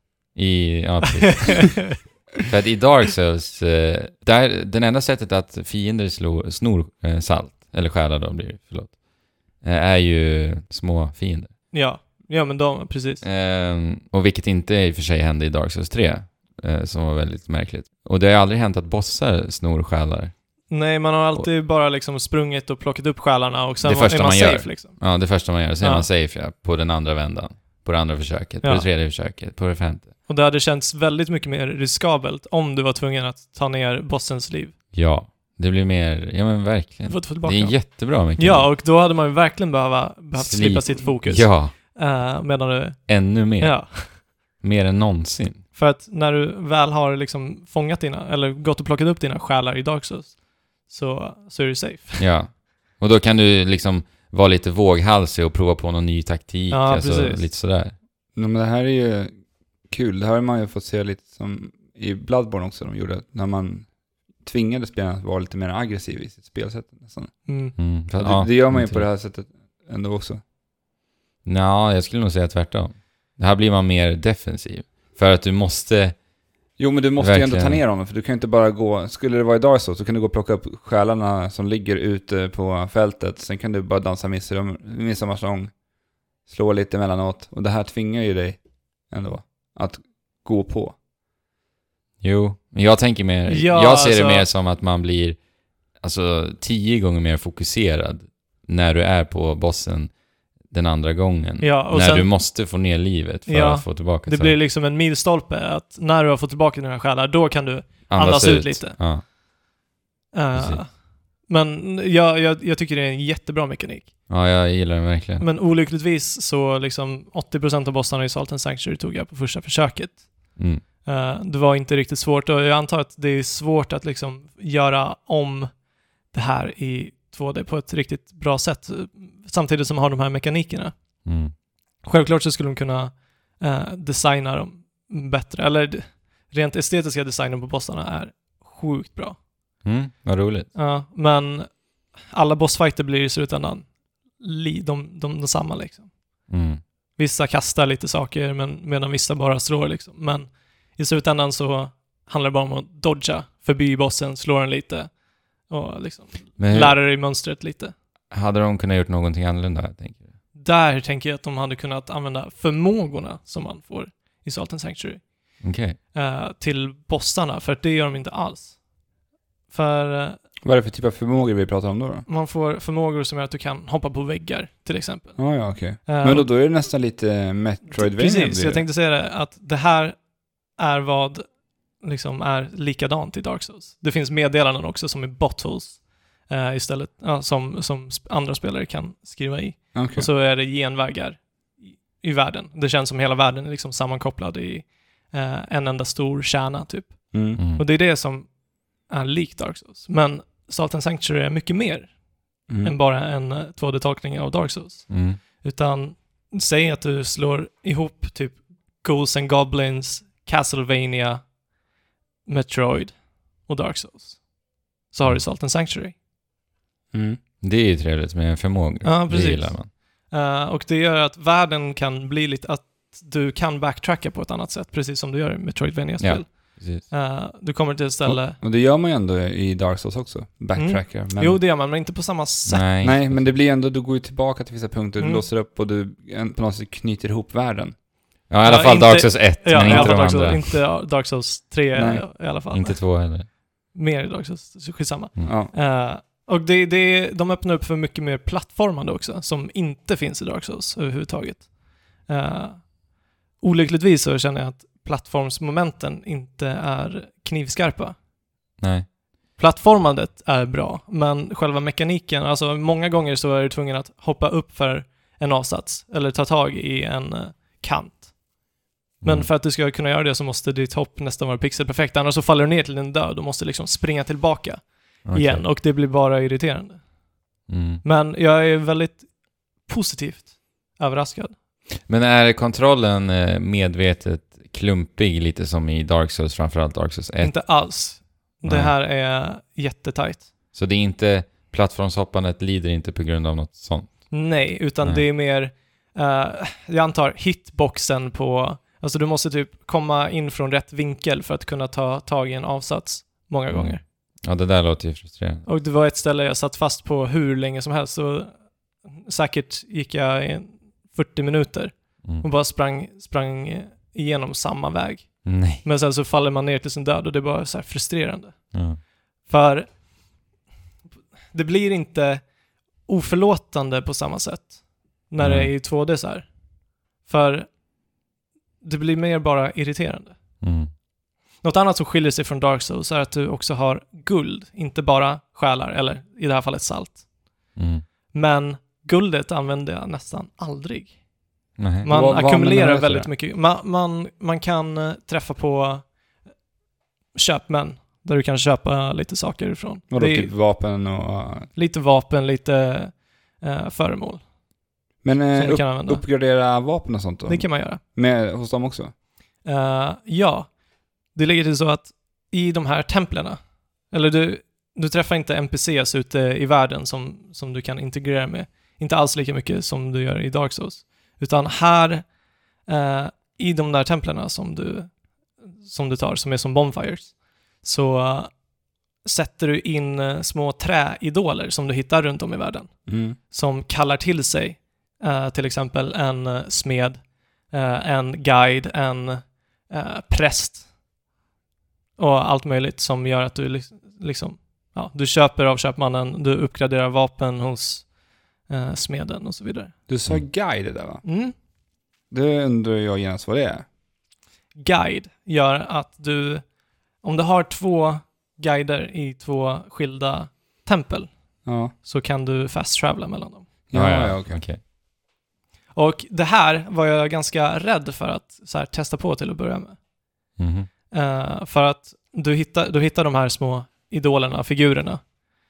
för att i Dark Souls den enda sättet att fiender snor salt eller själar då blir är ju små fiender.
Ja, men precis.
Och vilket inte i och för sig hände i Dark Souls 3 som var väldigt märkligt. Och det har aldrig hänt att bossar snor själar.
Nej, man har alltid bara liksom sprungit och plockat upp själarna och sen
är man
safe
gör.
Liksom.
Ja, det första man gör. Sen är man safe på den andra vändan. På det andra försöket, på det tredje försöket, på det femte.
Och det hade känts väldigt mycket mer riskabelt om du var tvungen att ta ner bossens liv.
Ja, det blir mer... Ja, men verkligen.
Det är
en jättebra mekanik.
Ja, och då hade man ju verkligen behövt slippa sitt fokus.
Ja.
Medan du...
Ännu mer.
Ja.
Mer än någonsin.
För att när du väl har liksom fångat eller gått och plockat upp dina själar i Dark Souls så är du safe.
Ja. Och då kan du liksom vara lite våghalsig och prova på någon ny taktik.
Ja,
alltså, lite sådär.
Men det här är ju kul. Det här har man ju fått se lite som i Bloodborne också. De gjorde när man tvingade spelarna att vara lite mer aggressiv i sitt spelsätt. Det gör man ju på det här sättet ändå också.
Ja, jag skulle nog säga tvärtom. Det här blir man mer defensiv. För att du måste...
Jo, men du måste ju ändå ta ner dem. För du kan ju inte bara gå... Skulle det vara i Dark Souls så kan du gå och plocka upp själarna som ligger ute på fältet. Sen kan du bara dansa midsommarsång. Slå lite emellanåt. Och det här tvingar ju dig ändå att gå på.
Jo, men jag tänker mer... jag ser det mer som att man blir 10 gånger mer fokuserad när du är på bossen den andra gången.
Ja, och
när du måste få ner livet för att få tillbaka.
Det blir liksom en milstolpe att när du har fått tillbaka dina själar, då kan du andas ut lite.
Ja.
Men jag tycker det är en jättebra mekanik.
Ja, jag gillar den verkligen.
Men olyckligtvis så liksom 80% av bossarna i Salt and Sanctuary tog jag på första försöket. Det var inte riktigt svårt, och jag antar att det är svårt att liksom göra om det här i 2D på ett riktigt bra sätt samtidigt som man har de här mekanikerna. Självklart så skulle de kunna designa dem bättre, eller rent estetiska designen på bossarna är sjukt bra.
Vad roligt.
Ja, men alla bossfighter blir i slutändan de samma liksom. Vissa kastar lite saker medan vissa bara slår liksom. Men i slutändan så handlar det bara om att dodga förbi bossen, slå den lite och liksom lära dig mönstret lite.
Hade de kunnat gjort någonting annorlunda, tänker du?
Där tänker jag att de hade kunnat använda förmågorna som man får i Salt and Sanctuary till bossarna, för det gör de inte alls. För
vad är det för typ av förmågor vi pratar om då?
Man får förmågor som gör att du kan hoppa på väggar, till exempel.
Ja, okej. Men då är det nästan lite Metroidvania.
Precis, jag tänkte säga det, att det här är vad liksom är likadant i Dark Souls. Det finns meddelanden också som är bottles istället, som andra spelare kan skriva i.
Okay.
Och så är det genvägar i världen. Det känns som hela världen är liksom sammankopplad i en enda stor kärna typ. Och det är det som är likt Dark Souls. Men Salt and Sanctuary är mycket mer än bara en 2D-tolkning av Dark Souls. Utan säg att du slår ihop typ Ghouls and Goblins, Castlevania, Metroid och Dark Souls. Så har du Salt and Sanctuary.
Det är ju trevligt med en förmåga.
Ja, precis.
Det gillar man.
Och det gör att världen kan bli lite, att du kan backtracka på ett annat sätt, precis som du gör i Metroidvania-spel. Du kommer till ett ställe...
Och det gör man ju ändå i Dark Souls också. Backtracker. Men...
Jo, det gör man, men inte på samma sätt.
Nej, men det blir ändå, du går ju tillbaka till vissa punkter, du låser upp och du på något sätt knyter ihop världen.
Ja, i alla fall inte, Dark Souls 1, men inte de andra.
Inte Dark Souls 3 i alla fall.
Inte 2 heller.
Mer i Dark Souls, skitsamma. Och de öppnar upp för mycket mer plattformande också, som inte finns i Dark Souls överhuvudtaget. Olyckligtvis så känner jag att plattformsmomenten inte är knivskarpa.
Nej.
Plattformandet är bra, men själva mekaniken, alltså många gånger så är du tvungen att hoppa upp för en avsats eller ta tag i en kant. Men för att du ska kunna göra det så måste ditt hopp nästan vara pixelperfekt, annars så faller du ner till din död och måste liksom springa tillbaka igen, och det blir bara irriterande. Men jag är väldigt positivt överraskad.
Men är kontrollen medvetet klumpig lite som i Dark Souls, framförallt Dark Souls 1?
Inte alls. Det här är jättetajt.
Så det är inte, plattformshoppandet lider inte på grund av något sånt?
Nej, utan det är mer, jag antar hitboxen på, alltså du måste typ komma in från rätt vinkel för att kunna ta tag i en avsats många gånger.
Ja, det där låter ju frustrerande.
Och det var ett ställe jag satt fast på hur länge som helst, så säkert gick jag i 40 minuter och bara sprang igenom samma väg.
Nej.
Men sen så faller man ner till sin död och det är bara så här frustrerande. För det blir inte oförlåtande på samma sätt när det är i 2D så här. För det blir mer bara irriterande. Något annat som skiljer sig från Dark Souls är att du också har guld, inte bara själar, eller i det här fallet salt. Men guldet använder jag nästan aldrig. Man ackumulerar väldigt mycket. Man kan träffa på köpmän där du kan köpa lite saker ifrån.
Och det är typ vapen och...
Lite vapen, lite föremål.
Men uppgradera vapen och sånt då?
Det kan man göra.
Hos dem också?
Ja. Det ligger till så att i de här templerna, eller du träffar inte NPCs ute i världen som du kan integrera med. Inte alls lika mycket som du gör i Dark Souls. Utan här i de där templerna som du tar, som är som bonfires, så sätter du in små träidoler som du hittar runt om i världen. Som kallar till sig till exempel en smed, en guide, en präst och allt möjligt som gör att du liksom, du köper av köpmannen, du uppgraderar vapen hos smeden och så vidare.
Du sa guide där, va? Det undrar jag genast vad det är. Guide
gör att om du har 2 guider i 2 skilda tempel, så kan du fast travela mellan dem.
Okay.
Och det här var jag ganska rädd för att så här, testa på till att börja med. För att du hittar de här små idolerna, figurerna.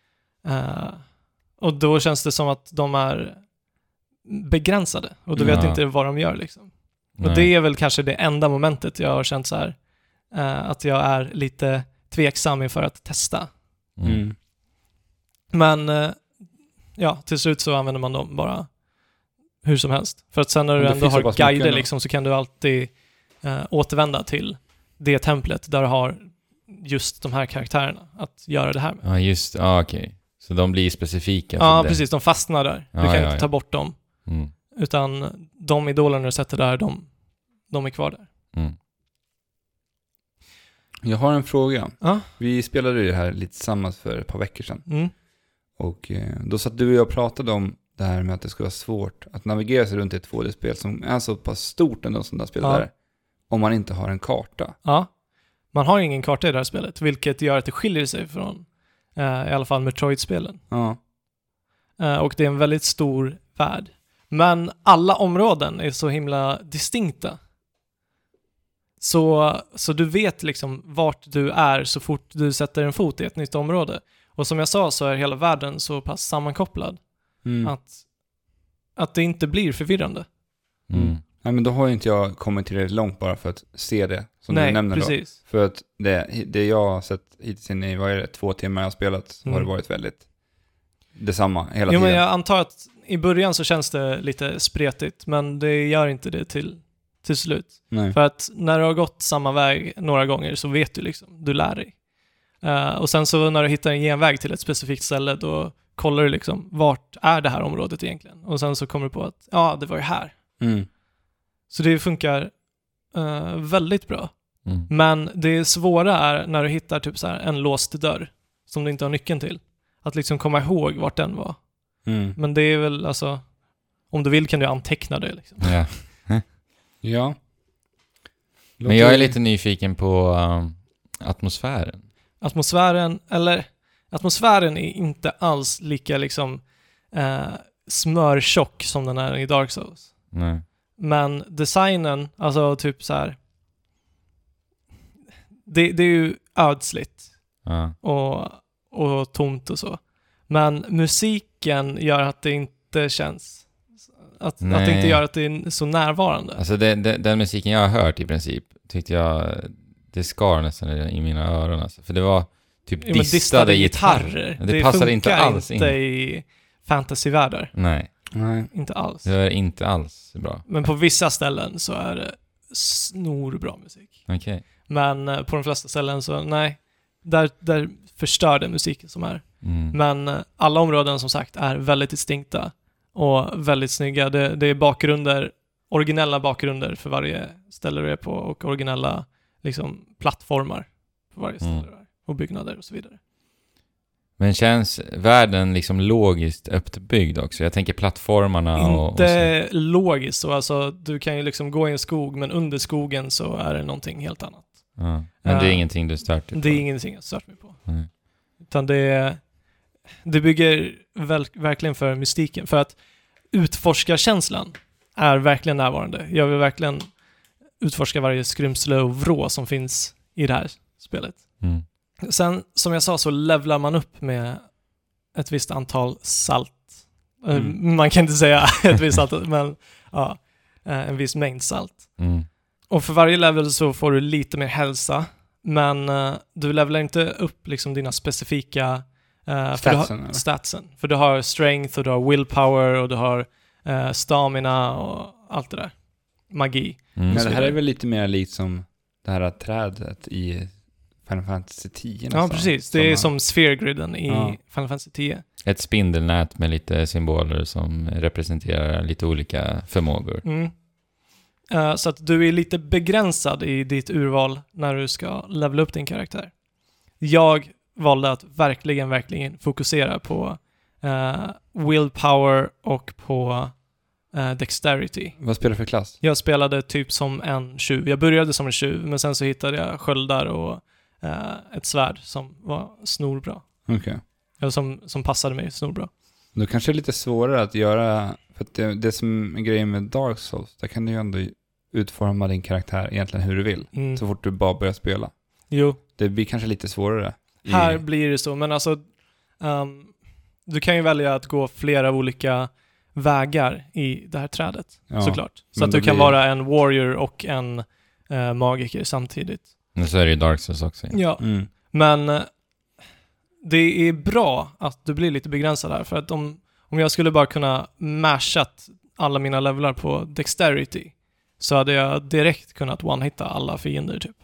Och då känns det som att de är begränsade. Och du vet inte vad de gör liksom. Och det är väl kanske det enda momentet jag har känt så här, att jag är lite tveksam inför att testa. Men till slut så använder man dem bara hur som helst. För att sen när du ändå har guider liksom, så kan du alltid återvända till det templet där du har just de här karaktärerna att göra det här med.
Ja, just, okej. Så de blir specifika.
Ja, precis. De fastnar där. Du kan inte ta bort dem. Utan de idolerna du sätter där, de är kvar där.
Jag har en fråga. Vi spelade ju det här lite tillsammans för ett par veckor sedan. Och då satt du och jag pratade om det här med att det skulle vara svårt att navigera sig runt ett 2D-spel som är så pass stort ändå som det här spelet är. Om man inte har en karta.
Ja. Man har ingen karta i det här spelet, vilket gör att det skiljer sig från i alla fall Metroid-spelen.
Ja.
Och det är en väldigt stor värld. Men alla områden är så himla distinkta. Så du vet liksom vart du är så fort du sätter en fot i ett nytt område. Och som jag sa så är hela världen så pass sammankopplad att det inte blir förvirrande.
Nej, men då har ju inte jag kommit tillräckligt långt bara för att se det som du nämner
precis.
då. För att det jag har sett hittills in i 2 timmar jag har spelat så har det varit väldigt detsamma hela tiden.
Men jag antar att i början så känns det lite spretigt, men det gör inte det till slut.
Nej.
För att när du har gått samma väg några gånger så vet du liksom, du lär dig. Och sen så när du hittar en genväg till ett specifikt ställe, då kollar du liksom, vart är det här området egentligen? Och sen så kommer du på att, det var ju här. Så det funkar väldigt bra. Men det svåra är när du hittar typ så här en låst dörr som du inte har nyckeln till. Att liksom komma ihåg vart den var. Men det är väl alltså, om du vill kan du anteckna det liksom.
Ja.
Ja.
Men jag är lite nyfiken på atmosfären.
Atmosfären är inte alls lika liksom smörtjock som den är i Dark Souls.
Nej.
Men designen, alltså typ så här, det är ju ödsligt och tomt och så. Men musiken gör att det inte känns att det inte gör att det är så närvarande.
Alltså den musiken jag har hört i princip tyckte jag det skar nästan i mina öron alltså. För det var typ distade gitarrer. Det passade inte alls
inte i fantasyvärldar.
Nej.
Inte alls.
Det är inte alls bra.
Men på vissa ställen så är det snorbra musik.
Okay.
Men på de flesta ställen så nej. Där förstör den musiken som är. Men alla områden som sagt är väldigt distinkta och väldigt snygga. Det är originella bakgrunder för varje ställe du är på och originella liksom plattformar för varje ställe du är och byggnader och så vidare.
Men känns världen liksom logiskt uppbyggd också? Jag tänker plattformarna
inte och logiskt så. Alltså, du kan ju liksom gå i en skog, men under skogen så är det någonting helt annat.
Ja. Men det är ingenting du stört dig på?
Det är ingenting jag stört mig på. Utan det bygger verkligen för mystiken. För att utforskarkänslan är verkligen närvarande. Jag vill verkligen utforska varje skrymsle och vrå som finns i det här spelet. Sen, som jag sa, så levlar man upp med ett visst antal salt. Man kan inte säga ett visst antal, men en viss mängd salt. Och för varje level så får du lite mer hälsa, men du levlar inte upp liksom dina specifika statsen. För du har strength och du har willpower och du har stamina och allt det där. Magi.
Men det här är väl lite mer likt som det här trädet i Final Fantasy 10 nästan.
Ja, precis. Det är som sphere-griden i Final Fantasy 10.
Ett spindelnät med lite symboler som representerar lite olika förmågor.
Så att du är lite begränsad i ditt urval när du ska levela upp din karaktär. Jag valde att verkligen fokusera på willpower och på dexterity.
Vad spelar du för klass?
Jag spelade typ som en tjuv. Jag började som en tjuv, men sen så hittade jag sköldar och ett svärd som var snorbra.
Okej.
Eller som passade mig snorbra.
Då kanske det är lite svårare att göra, för att det som är grejen med Dark Souls, där kan du ju ändå utforma din karaktär egentligen hur du vill. Så fort du bara börjar spela.
Jo.
Det blir kanske lite svårare.
Här blir det så, men alltså du kan ju välja att gå flera olika vägar i det här trädet, såklart. Så att du kan vara en warrior och en magiker samtidigt.
Men så är det ju Dark Souls också.
Ja, men det är bra att du blir lite begränsad här, för att om jag skulle bara kunna mashat alla mina levelar på dexterity så hade jag direkt kunnat one-hitta alla fiender typ.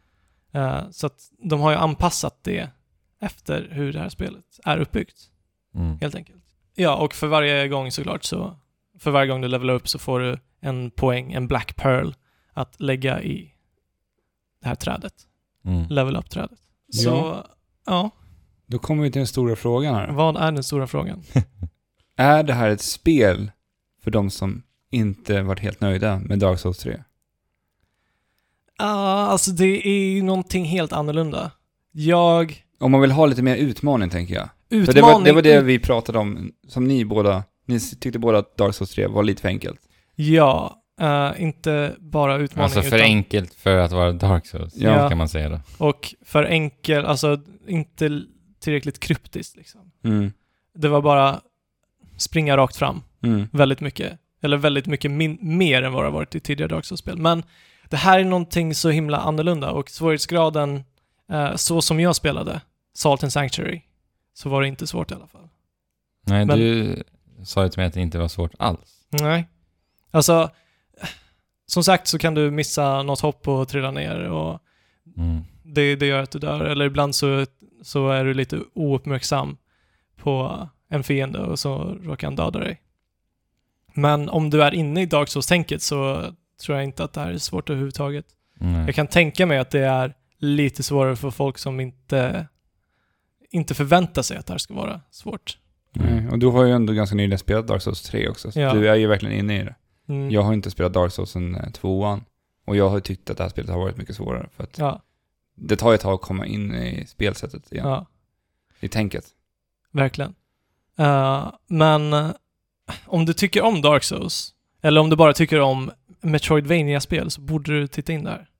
Så att de har ju anpassat det efter hur det här spelet är uppbyggt. Helt enkelt. Ja, och för varje gång såklart så för varje gång du levelar upp så får du en poäng, en black pearl att lägga i det här trädet. Level up-trädet. Så, ja.
Då kommer vi till den stora frågan här.
Vad är den stora frågan?
Är det här ett spel för de som inte varit helt nöjda med Dark Souls 3?
Alltså det är någonting helt annorlunda.
Om man vill ha lite mer utmaning, tänker jag.
Utmaning...
För det var det vi pratade om, som ni tyckte båda att Dark Souls 3 var lite för enkelt.
Ja, inte bara utmaning.
Alltså för enkelt för att vara Dark Souls, kan man säga då. Och
för enkel, alltså inte tillräckligt kryptiskt liksom.
Mm.
Det var bara springa rakt fram. Väldigt mycket. Eller väldigt mycket mer än vad det har varit i tidigare Dark Souls-spel. Men det här är någonting så himla annorlunda. Och svårighetsgraden, så som jag spelade Salt and Sanctuary, så var det inte svårt i alla fall.
Nej, men du sa ju till mig att det inte var svårt alls.
Nej. Alltså, som sagt så kan du missa något hopp och trilla ner. Och det gör att du dör. Eller ibland så är du lite ouppmärksam på en fiende och så råkar han döda dig. Men om du är inne i Dark Souls-tänket så tror jag inte att det här är svårt överhuvudtaget. Jag kan tänka mig att det är lite svårare för folk som inte förväntar sig att det här ska vara svårt.
Och du har ju ändå ganska nyligen spelat Dark Souls 3 också. Så du är ju verkligen inne i det. Jag har inte spelat Dark Souls sen 2:an. Och jag har tyckt att det här spelet har varit mycket svårare. För att det tar ett tag att komma in i spelsättet igen. Ja. I tänket.
Verkligen. Men om du tycker om Dark Souls, eller om du bara tycker om Metroidvania-spel, så borde du titta in där.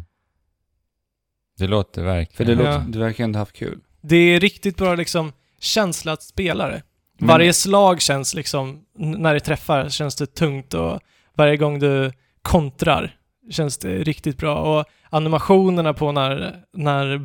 Det låter verkligen.
För du verkar ändå haft kul.
Det är riktigt bra liksom känsla att spela det. Varje slag känns liksom, när det träffar känns det tungt, och varje gång du kontrar känns det riktigt bra. Och animationerna på när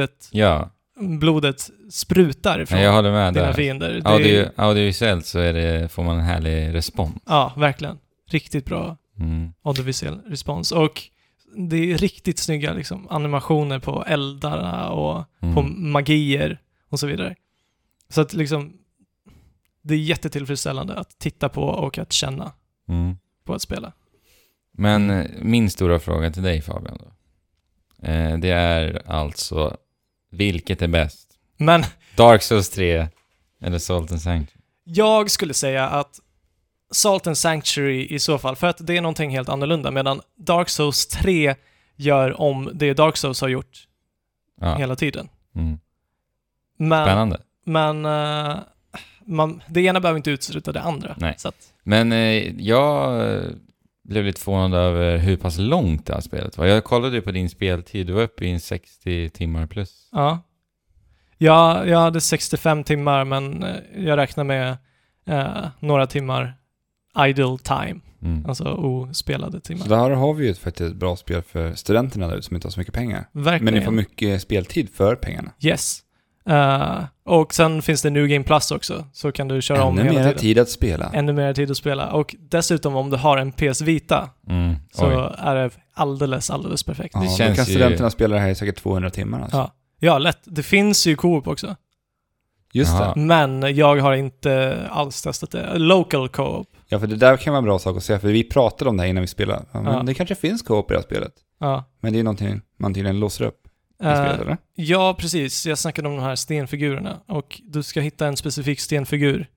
blodet sprutar från
jag håller med
dina
där.
fiender.
Audiovisuellt så får man en härlig respons.
Ja, verkligen. Riktigt bra audiovisuell respons. Och det är riktigt snygga liksom, animationer på eldarna och på magier och så vidare. Så att liksom, det är jättetillfredsställande att titta på och att känna på att spela.
Men min stora fråga till dig, Fabian, då. Det är alltså, vilket är bäst? Dark Souls 3 eller Salt and Sanctuary?
Jag skulle säga att Salt and Sanctuary i så fall, för att det är någonting helt annorlunda, medan Dark Souls 3 gör om det Dark Souls har gjort hela tiden.
Spännande.
Men det ena behöver inte utesluta det andra.
Nej.
Så att...
Men jag blev lite förvånad över hur pass långt det här spelet var. Jag kollade ju på din speltid, du var uppe i 60 timmar plus.
Ja. Jag hade 65 timmar, men jag räknar med några timmar idle time. Alltså ospelade timmar.
Så där har vi ju faktiskt ett bra spel för studenterna där ute som inte har så mycket pengar.
Verkligen.
Men ni får mycket speltid för pengarna.
Yes. Och sen finns det New Game Plus också, så kan du köra om hela tiden.
Ännu mer tid att spela.
Ännu mer tid att spela. Och dessutom om du har en PS Vita så är det alldeles perfekt.
Ja, det känns då kan studenterna spela det här i säkert 200 timmar. Alltså.
Ja, lätt. Det finns ju co-op också.
Just det.
Men jag har inte alls testat det. Local co-op.
Ja, för det där kan vara en bra sak att säga, för vi pratade om det här innan vi spelade. Men det kanske finns co-op i det här spelet. Ja. Men det är någonting man tydligen låser upp. Eller?
Ja, precis. Jag snackade om de här stenfigurerna. Och du ska hitta en specifik stenfigur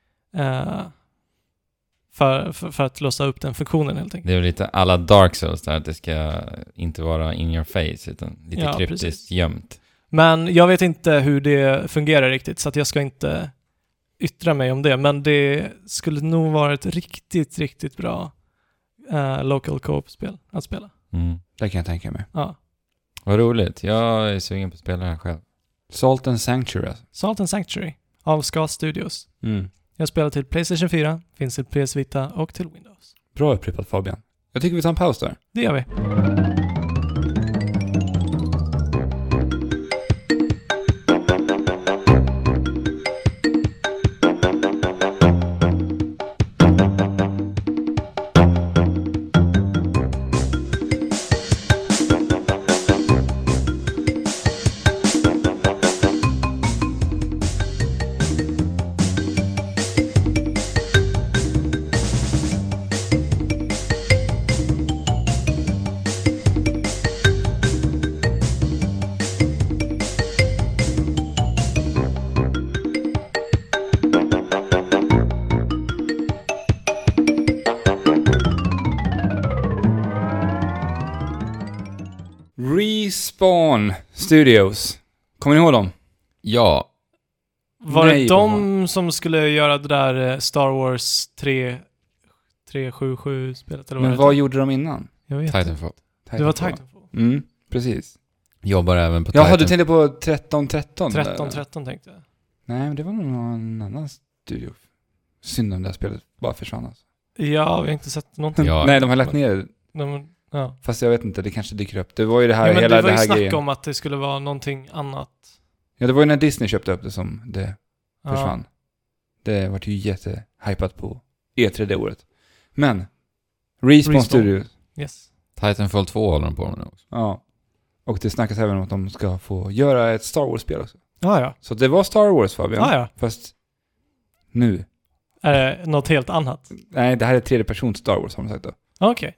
för att låsa upp den funktionen helt enkelt.
Det är lite alla Dark Souls där, att det ska inte vara in your face utan lite kryptiskt gömt.
Men jag vet inte hur det fungerar riktigt, så att jag ska inte yttra mig om det. Men det skulle nog vara ett riktigt, riktigt bra local co-op-spel att spela.
Det kan jag tänka mig.
Ja.
Vad roligt. Jag är sugen på att spela det här själv.
Salt and Sanctuary.
Salt and Sanctuary av Ska Studios. Jag spelar till PlayStation 4, finns till PS Vita och till Windows.
Bra upprepat, Fabian. Jag tycker vi tar en paus där.
Det gör vi.
Respawn Studios. Kommer ni ihåg dem?
Ja.
Var det de som skulle göra det där Star Wars 377-spelet?
Men vad gjorde de innan?
Jag vet
Titanfall.
Det var Titanfall.
Precis.
Jobbar även på Titanfall.
Ja, du tänkte på 1313?
1313 tänkte jag.
Nej, men det var nog någon annan studio. Synd om det här spelet bara försvann alltså.
Ja, vi har inte sett någonting.
Ja.
Nej, de har lagt ner det.
Ja.
Fast jag vet inte, det kanske dyker upp. Det var ju det här,
men
hela
det var
det
ju
här
snack
grejen.
om att det skulle vara någonting annat.
Ja, det var ju när Disney köpte upp det som det försvann. Det var ju jättehypat på E3 det året. Men Respawn Studios.
Yes.
Titanfall 2 håller de på med nu också.
Ja. Och det snackas även om att de ska få göra ett Star Wars-spel också.
Ja.
Så det var Star Wars, Fabian.
Ja.
Fast nu.
Är det något helt annat?
Nej, det här är tredje person Star Wars har de sagt då.
Okej.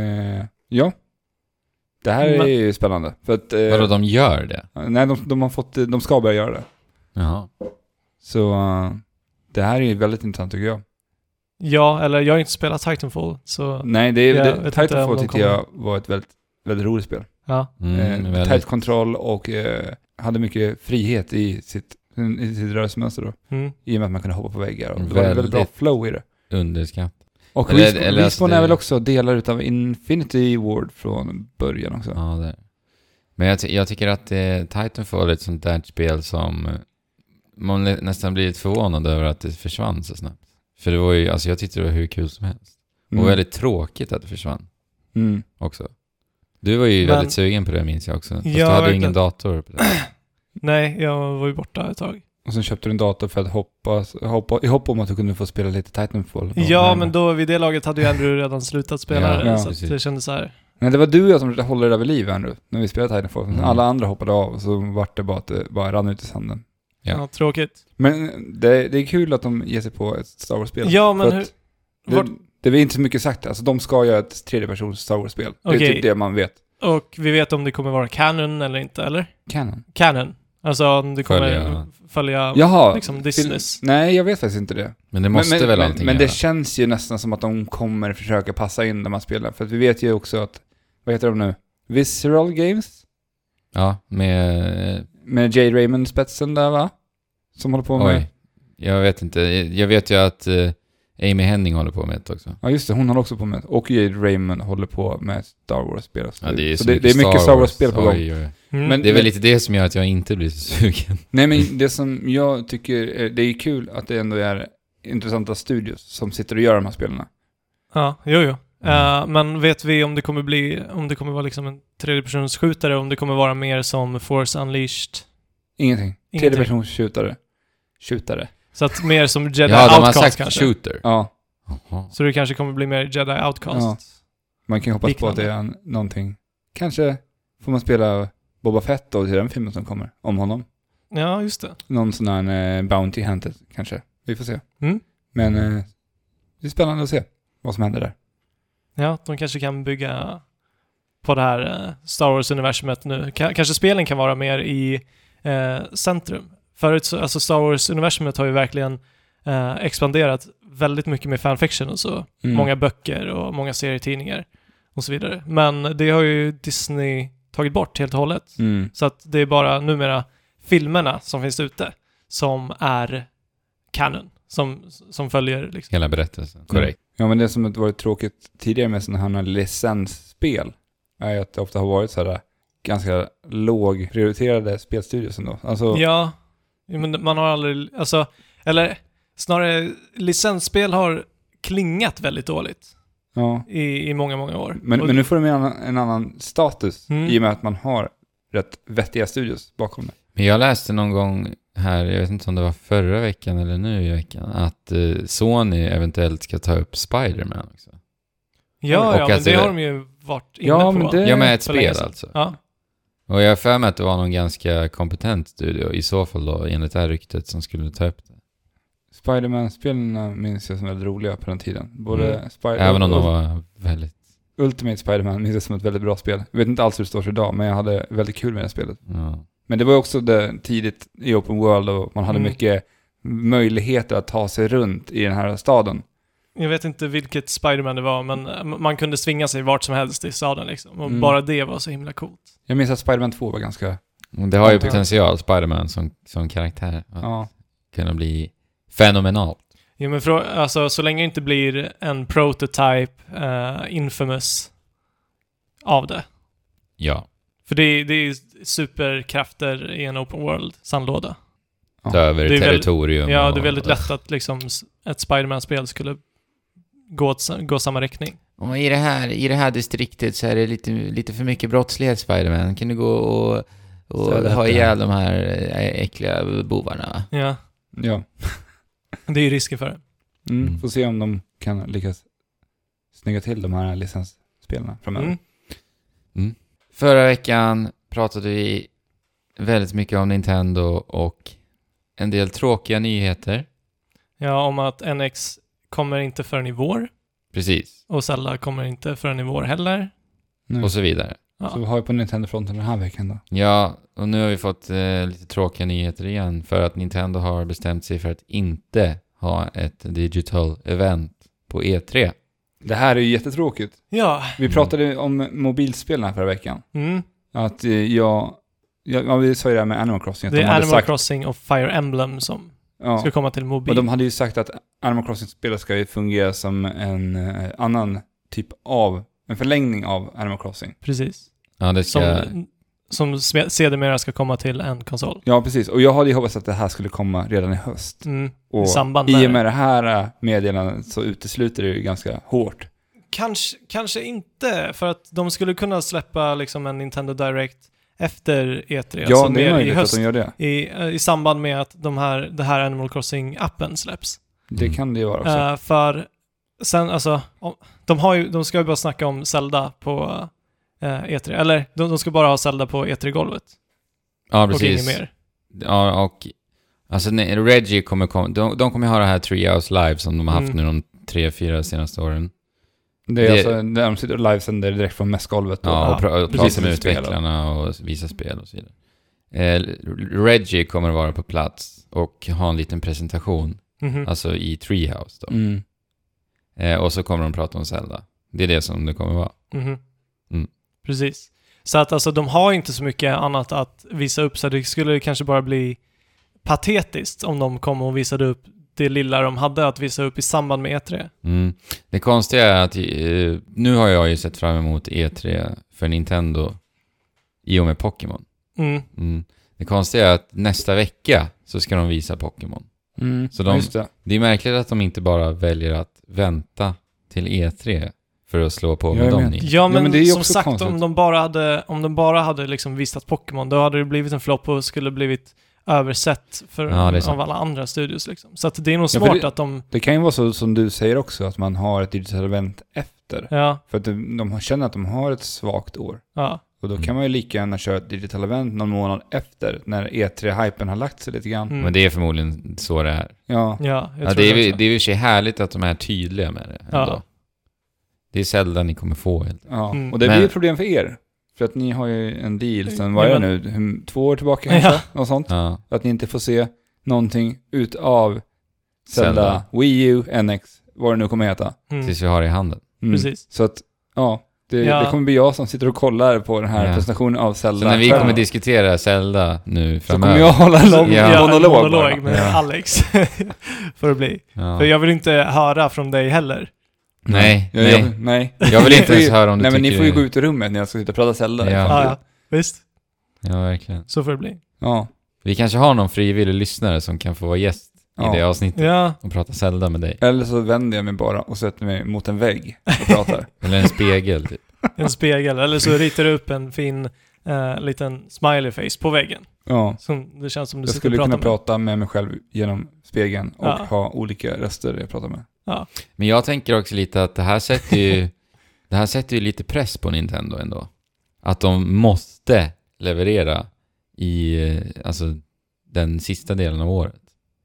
Ja. Det här är ju spännande. För att,
Vadå, de gör det?
Nej, de har fått, de ska börja göra det.
Jaha.
Så det här är ju väldigt intressant tycker jag.
Ja, eller jag har inte spelat Titanfall, så...
Nej, Titanfall tyckte jag var ett väldigt, väldigt roligt spel.
Ja.
Tight kontroll och hade mycket frihet i sitt rörelsemönster då. I och med att man kunde hoppa på väggar. Och det var väldigt bra flow i det.
Underskatt.
Och Respawn är väl också delar utav Infinity Ward från början också.
Ja, det. Men jag tycker att Titanfall är ett sånt där spel som man nästan blir lite förvånad över att det försvann så snabbt. För det var ju, alltså jag tyckte det var hur kul som helst. Och väldigt tråkigt att det försvann. Också. Du var ju väldigt sugen på det, minns jag också. Fast du hade ju ingen dator på det.
Nej, jag var ju borta ett tag.
Och sen köpte du en dator för att i hopp om att du kunde få spela lite Titanfall.
Ja, men då vid det laget hade ju Andrew redan slutat spela det, så det kändes så här.
Men det var du och jag som håller det där vid liv, Andrew, när vi spelade Titanfall. Alla andra hoppade av och så vart det bara att det bara rann ut i sanden.
Ja, tråkigt.
Men det är kul att de ger sig på ett Star Wars-spel.
Ja, men
det är inte så mycket sagt. Alltså de ska göra ett tredjepersons Star Wars-spel. Det är typ det man vet.
Och vi vet om det kommer vara canon eller inte, eller?
Canon.
Alltså om det kommer följa liksom Disneys.
Nej, jag vet faktiskt inte det.
Men det måste väl allting
Men
göra.
det känns ju nästan som att de kommer försöka passa in när man spelar. För att vi vet ju också att, vad heter de nu? Visceral Games?
Ja, med
Jade Raymond-spetsen där, va? Som håller på med...
Oj, jag vet inte. Jag vet ju att Amy Henning håller på med det också.
Ja, just det. Hon håller också på med det. Och Jade Raymond håller på med Star Wars-spel.
Ja, det är
så det är mycket Star Wars-spel på gång.
Men det är väl lite det som gör att jag inte blir så sugen.
Nej, men det som jag tycker... Det är kul att det ändå är intressanta studios som sitter och gör de här spelarna.
Ja, jo. Men vet vi om det kommer vara liksom en tredjepersons skjutare, om det kommer vara mer som Force Unleashed?
Ingenting. Tredjepersons skjutare.
Så att mer som Jedi
Outcast
kanske.
Ja, de har sagt kanske. Shooter.
Ja.
Så det kanske kommer bli mer Jedi Outcast.
Ja. Man kan hoppas på att det är någonting. Kanske får man spela Boba Fett då till den filmen som kommer om honom.
Ja, just det.
Någon sån här Bounty Hunter kanske. Vi får se. Men det är spännande att se vad som händer där. Ja,
de kanske kan bygga på det här Star Wars-universumet nu. Kanske spelen kan vara mer i centrum. Förut så, alltså Star Wars-universumet har ju verkligen expanderat väldigt mycket med fanfiction och så. Många böcker och många serietidningar och så vidare. Men det har ju Disney tagit bort helt och hållet. Så att det är bara numera filmerna som finns ute som är canon. Som följer liksom
hela berättelsen. Korrekt.
Ja, men det som har varit tråkigt tidigare med sådana här licensspel är att det ofta har varit så här ganska lågprioriterade spelstudios ändå. Alltså,
ja, men man har aldrig... Alltså, eller snarare, licensspel har klingat väldigt dåligt i många, många år. Men
nu får de en annan status i och med att man har rätt vettiga studios bakom det.
Men jag läste någon gång här, jag vet inte om det var förra veckan eller nu i veckan, att Sony eventuellt ska ta upp Spider-Man också.
Ja, men det har de ju varit inne på.
Ja, med ett spel alltså. Ja. Och jag har för mig att det var någon ganska kompetent studio i så fall då, enligt det här ryktet, som skulle ta upp det.
Spider-Man-spelen minns jag som väldigt roliga på den tiden. Både
även om de var väldigt...
Ultimate Spider-Man minns jag som ett väldigt bra spel. Jag vet inte alls hur det står sig idag, men jag hade väldigt kul med det spelet.
Ja.
Men det var också det tidigt i Open World och man hade mycket möjligheter att ta sig runt i den här staden.
Jag vet inte vilket Spider-Man det var, men man kunde svinga sig vart som helst i staden liksom. Och bara det var så himla coolt.
Jag minns att Spider-Man 2 var ganska...
Det har ju potential, Spider-Man som karaktär. Att kunna bli fenomenalt.
Ja, men alltså, så länge det inte blir en prototype Infamous av det.
Ja.
För det är superkrafter i en open world sandlåda.
Över territorium.
Det är väldigt lätt att liksom ett Spider-Man-spel skulle gå samma riktning.
Och i det här distriktet så är det lite för mycket brottslighet, Spider-Man. Kan du gå och ha ihjäl de här äckliga bovarna?
Ja. Det är ju risken för det.
Får se om de kan lyckas snygga till de här licensspelarna framöver.
Förra veckan pratade vi väldigt mycket om Nintendo och en del tråkiga nyheter.
Ja, om att NX kommer inte förrän i vår.
Precis.
Och Zelda kommer inte förrän i vår heller.
Och så vidare.
Ja. Så vad har vi på Nintendo-fronten den här veckan då?
Ja, och nu har vi fått lite tråkiga nyheter igen. För att Nintendo har bestämt sig för att inte ha ett digital event på E3.
Det här är ju jättetråkigt.
Ja.
Vi pratade om mobilspel här förra veckan. Att vi sa ju det här med Animal Crossing.
Det är Animal Crossing och Fire Emblem som ska komma till mobil.
Och de hade ju sagt att Animal Crossing-spelet ska ju fungera som en annan typ av, en förlängning av Animal Crossing.
Precis.
Ja, det ska...
Som sedermera ska komma till en konsol.
Ja, precis. Och jag hade ju hoppats att det här skulle komma redan i höst. Och
i samband med
i och med det här meddelandet så utesluter det ju ganska hårt.
Kanske inte, för att de skulle kunna släppa liksom en Nintendo Direct efter E3.
Ja, det är möjligt att de gör det.
I samband med att det här Animal Crossing-appen släpps.
Det kan det ju vara också.
För sen, alltså, de ska ju bara snacka om Zelda på E3. Eller de ska bara ha Zelda på E3-golvet.
Ja, precis.
Och inget mer.
Ja, och alltså Reggie de kommer ha det här Treehouse Live som de har haft nu de 3-4 senaste åren.
Det är alltså där de sitter och livesänder direkt från mässgolvet.
Ja, och prata med utvecklarna och visa spel och så vidare. Reggie kommer att vara på plats och ha en liten presentation. Alltså i Treehouse då. Och så kommer de prata om Zelda. Det är det som det kommer vara.
Precis. Så att alltså de har inte så mycket annat att visa upp, så det skulle kanske bara bli patetiskt om de kom och visade upp det lilla de hade att visa upp i samband med E3.
Det konstiga är att nu har jag ju sett fram emot E3 för Nintendo i och med Pokémon. Det konstiga är att nästa vecka så ska de visa Pokémon. Så det är märkligt att de inte bara väljer att vänta till E3 för att slå på med dem.
Ja, men det är som sagt konstigt. om de bara hade liksom visat Pokémon, då hade det blivit en flopp och skulle blivit översett av alla andra studios liksom. Så att det är nog svårt att de...
Det kan ju vara så som du säger också, att man har ett digital event efter.
Ja.
För att de känner att de har ett svagt år.
Ja.
Och då kan man ju lika gärna köra ett digital event någon månad efter, när E3-hypen har lagt sig lite grann.
Men det är förmodligen så det är.
Ja.
Det är ju så härligt att de är tydliga med det ändå. Det är Zelda ni kommer få.
Och det blir ett problem för er. För att ni har ju en deal sen, vad är det nu? 2 år tillbaka kanske? Något sånt. Att ni inte får se någonting utav Zelda, Wii U, NX, vad det nu kommer heta.
Tills vi har det i handen.
Precis.
Så att, det kommer bli jag som sitter och kollar på den här presentationen av Zelda.
Så när vi kommer diskutera Zelda nu framöver,
så kommer jag hålla en lång
monolog med Alex. För att bli. För jag vill inte höra från dig heller.
Nej.
Jag
vill inte ens höra om du tycker...
Nej, men ni får ju gå ut i rummet när jag ska sitta och prata Zelda.
Ja, visst.
Ja, verkligen.
Så får det bli.
Ja.
Vi kanske har någon frivillig lyssnare som kan få vara gäst i det avsnittet och prata Zelda med dig.
Eller så vänder jag mig bara och sätter mig mot en vägg och pratar.
Eller en spegel, typ.
En spegel. Eller så ritar du upp en fin liten smiley face på väggen.
Ja.
Som det känns som du
jag skulle kunna prata med mig själv genom spegeln och ha olika röster jag pratar med.
Ja.
Men jag tänker också lite att det här sätter ju lite press på Nintendo ändå. Att de måste leverera i den sista delen av året.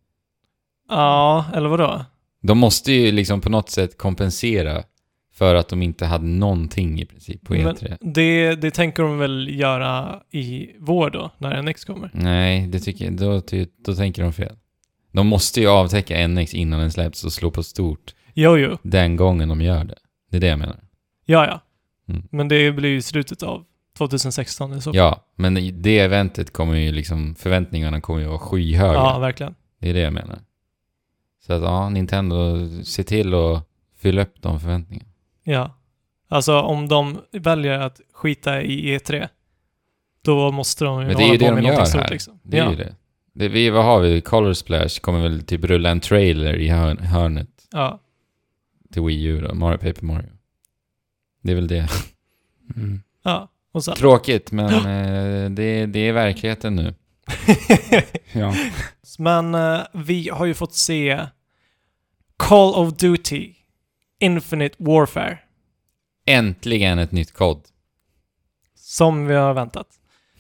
Ja, eller vadå?
De måste ju liksom på något sätt kompensera för att de inte hade någonting i princip på E3.
Men det tänker de väl göra i vår då, när NX kommer?
Nej, då tänker de fel. De måste ju avtäcka NX innan den släpps och slå på stort.
Jo.
Den gången de gör det. Det är det jag menar.
Ja. Men det blir ju slutet av 2016 i så fall.
Ja, men i det eventet kommer ju liksom förväntningarna kommer ju vara skyhöga.
Ja, verkligen.
Det är det jag menar. Så att Nintendo ser till att fylla upp de förväntningarna.
Ja. Alltså om de väljer att skita i E3, då måste de ju
men det är ju det de gör
stort,
här.
liksom.
Det är ju det. Vad har vi? Color Splash kommer väl typ rulla en trailer i hörnet.
Ja.
Till Wii U då, Paper Mario. Det är väl det.
Ja. Och sen.
Tråkigt, men det är verkligheten nu.
Ja.
Men vi har ju fått se Call of Duty Infinite Warfare.
Äntligen ett nytt kod.
Som vi har väntat.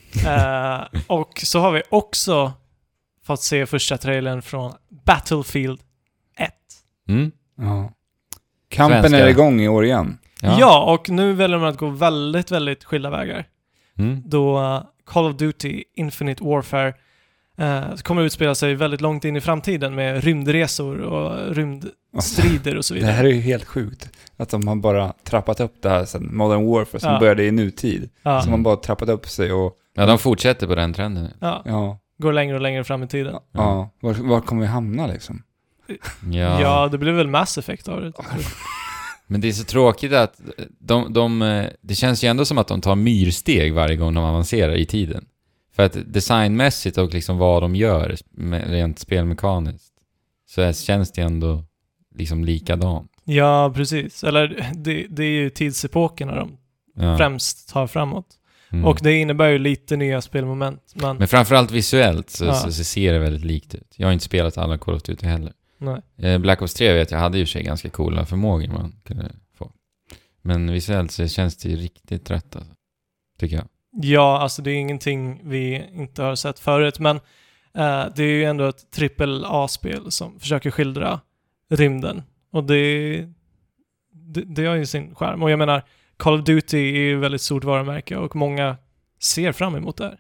Och så har vi också fått se första trailern från Battlefield 1.
Ja. Kampen är igång i år igen.
Ja, och nu väljer man att gå väldigt, väldigt skilda vägar. Då Call of Duty Infinite Warfare kommer utspela sig väldigt långt in i framtiden med rymdresor och rymdstrider och så vidare.
Det här är ju helt sjukt. Att de har bara trappat upp det här sen Modern Warfare som började i nutid.
Ja.
Så man bara trappat upp sig och...
Ja, de fortsätter på den trenden.
Ja. Går längre och längre fram i tiden.
Ja. Var kommer vi hamna liksom?
Ja, det blir väl Mass Effect av det.
Men det är så tråkigt att det känns ju ändå som att de tar myrsteg varje gång de avancerar i tiden. För att designmässigt och liksom vad de gör rent spelmekaniskt så känns det ändå liksom likadant.
Ja, precis. Eller det är ju tidsepokerna de främst tar framåt. Och det innebär ju lite nya spelmoment.
Men framförallt visuellt så ser det väldigt likt ut. Jag har inte spelat alla Call of Duty heller.
Nej.
Black Ops 3 vet jag hade ju sig ganska coola förmågor man kunde få. Men visuellt så känns det ju riktigt trött alltså, tycker jag. Ja,
alltså det är ingenting vi inte har sett förut, men det är ju ändå ett AAA-spel som försöker skildra rymden. Och det har ju sin charm. Och jag menar, Call of Duty är ju ett väldigt stort varumärke och många ser fram emot det här.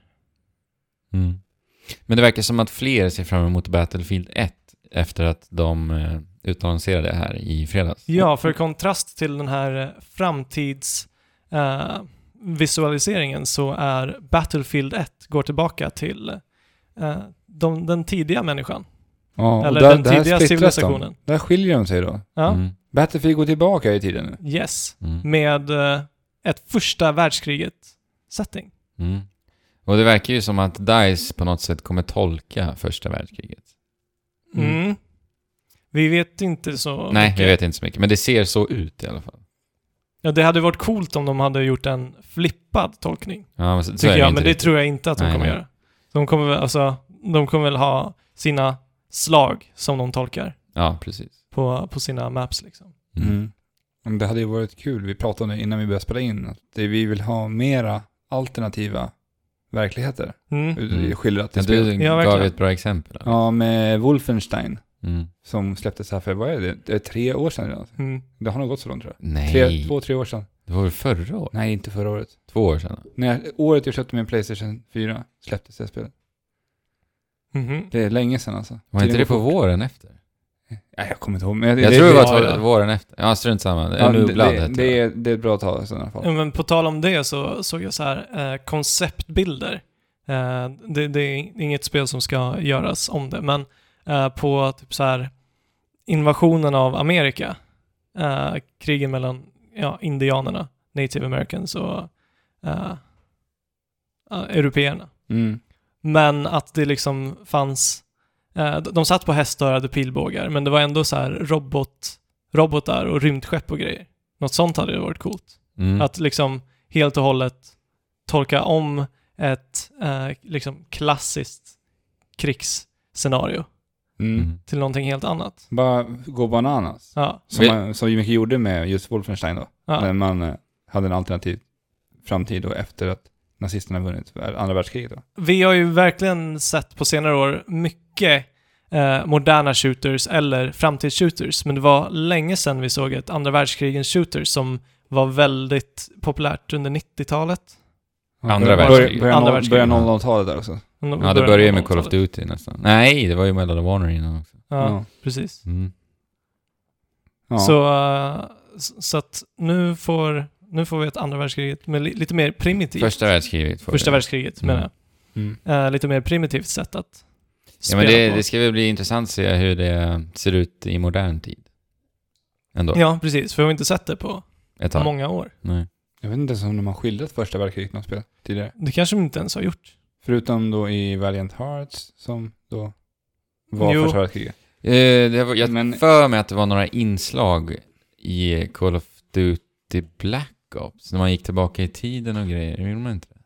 Men det verkar som att fler ser fram emot Battlefield 1 efter att de utannonserade det här i fredags. Ja, för kontrast till den här framtidsvisualiseringen så är Battlefield 1 går tillbaka till den tidiga människan.
Ja,
eller den tidiga civilisationen.
Där skiljer de sig då.
Ja.
Battlefield går tillbaka i tiden nu.
Yes, med ett första världskriget setting.
Och det verkar ju som att DICE på något sätt kommer tolka första världskriget. Vi vet inte så mycket. Vi vet inte så mycket. Men det ser så ut i alla fall. Ja, det hade varit coolt om de hade gjort en flippad tolkning. Ja, men så tycker jag, men det tror jag inte att de kommer göra. De kommer väl ha sina slag som de tolkar. Ja, precis. På sina maps liksom.
Det hade ju varit kul. Vi pratade om det innan vi började spela in. Att vi vill ha mera alternativa verkligheter. Skildrat till spel.
Du gav ett bra exempel.
Ja, med Wolfenstein. Som släpptes här för, vad är det? Det är 3 år sedan redan. Det har nog gått så långt tror jag.
Nej.
2-3 år sedan.
Det var väl förra året?
Nej, inte förra året.
2 år sedan.
Året jag köpte min PlayStation 4 släpptes det spelet. Det är länge sedan alltså.
Var inte det på våren efter?
Nej, jag kommer inte ihåg. Men
jag tror det var våren efter. Ja, strunt samma. Det
är ett bra tag i sådana fall.
Men på tal om det så såg jag så här konceptbilder. Det är inget spel som ska göras om det, men på typ så här invasionen av Amerika, krigen mellan indianerna, Native Americans och européerna. Men att det liksom fanns de satt på hästar och hade pilbågar, men det var ändå så här robotar och rymdskepp och grejer. Något sånt hade varit coolt. Att liksom helt och hållet tolka om ett liksom klassiskt krigsscenario till någonting helt annat.
Bara gå bananas. Ja. Som mycket gjorde med just Wolfenstein då. Ja. När man hade en alternativ framtid då efter att nazisterna vunnit andra världskriget då.
Vi har ju verkligen sett på senare år mycket moderna shooters eller framtidsshooters, men det var länge sedan vi såg ett andra världskrigens shooters som var väldigt populärt under 90-talet.
Andra världskriget. Börjar 00-talet där också.
Ja, det började ju med Call of Duty nästan. Nej, det var ju Medal of Honor innan också.
Ja, precis.
Ja.
Så att nu får vi ett andra världskriget med lite mer primitivt.
Första världskriget
menar jag. Lite mer primitivt sätt att spela
men
på.
Det ska väl bli intressant att se hur det ser ut i modern tid. Ändå.
Ja, precis. För vi har inte sett det på många år.
Nej.
Jag vet inte ens om de har skildrat första världskriget något spel tidigare.
Det kanske de inte ens har gjort.
Förutom då i Valiant Hearts som då var första världskriget.
Jag för mig att det var några inslag i Call of Duty Black Ops när man gick tillbaka i tiden och grejer. Vill man inte det?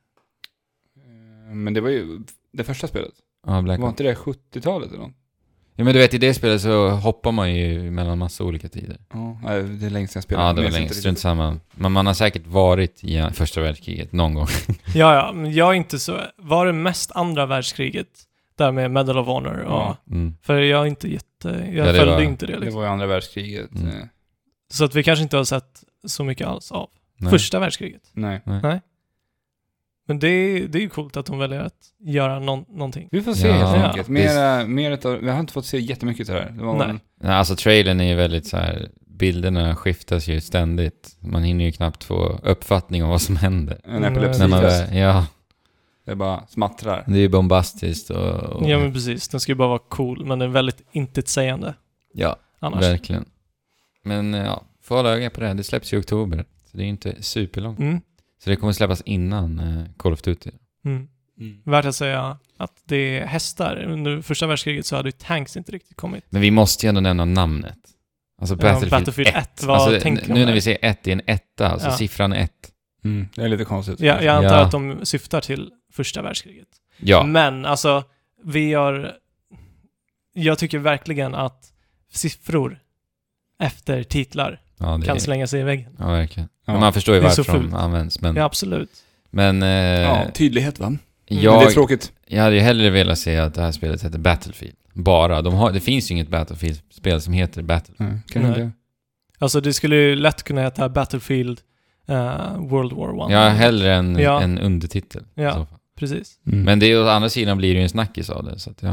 Men det var ju det första spelet.
Ja, Black
var
Ops.
Inte det 70-talet eller något?
Ja, men du vet, i det spelet så hoppar man ju mellan massa olika tider.
Ja, det är längst jag spelade.
Ja, det var längst. Strunt samma. Men man har säkert varit i första världskriget någon gång.
Ja, men jag är inte så... Var det mest andra världskriget där med Medal of Honor? Och, för jag är inte jag följde inte det. Liksom.
Det var ju andra världskriget.
Så att vi kanske inte har sett så mycket alls av första världskriget.
Nej.
Men det är ju coolt att de väljer att göra någonting.
Vi får se helt enkelt. Vi har inte fått se jättemycket av det här.
Nej, alltså trailern är ju väldigt så här, bilderna skiftas ju ständigt. Man hinner ju knappt få uppfattning om vad som händer.
En epilepsi.
Ja.
Det bara smattrar.
Det är ju bombastiskt och...
Ja, men precis. Den ska ju bara vara cool, men den är väldigt intetsägande.
Ja,
annars.
Verkligen. Men ja, få hålla öga på det. Det släpps i oktober. Så det är inte superlångt. Så det kommer släppas innan Call of Duty.
Värt att säga att det är hästar. Under första världskriget så hade ju tanks inte riktigt kommit.
Men vi måste ju ändå nämna namnet. Alltså Battlefield 1.
Vad tänker
nu när vi ser 1 i en etta, alltså siffran 1.
Det är lite konstigt.
Ja, jag antar att de syftar till första världskriget.
Ja.
Men alltså, jag tycker verkligen att siffror efter titlar kan slänga sig i väggen.
Ja, verkligen. Men man förstår ju varför de används. Men,
ja, absolut.
Men,
tydlighet va?
Det
är tråkigt.
Jag hade ju hellre velat se att det här spelet heter Battlefield. Bara. Det finns ju inget Battlefield-spel som heter Battlefield.
Kan det?
Alltså det skulle ju lätt kunna heta Battlefield World War 1.
Ja, hellre än en undertitel.
Ja, precis.
Men det är, å andra sidan blir det ju en snackis av det. Så att,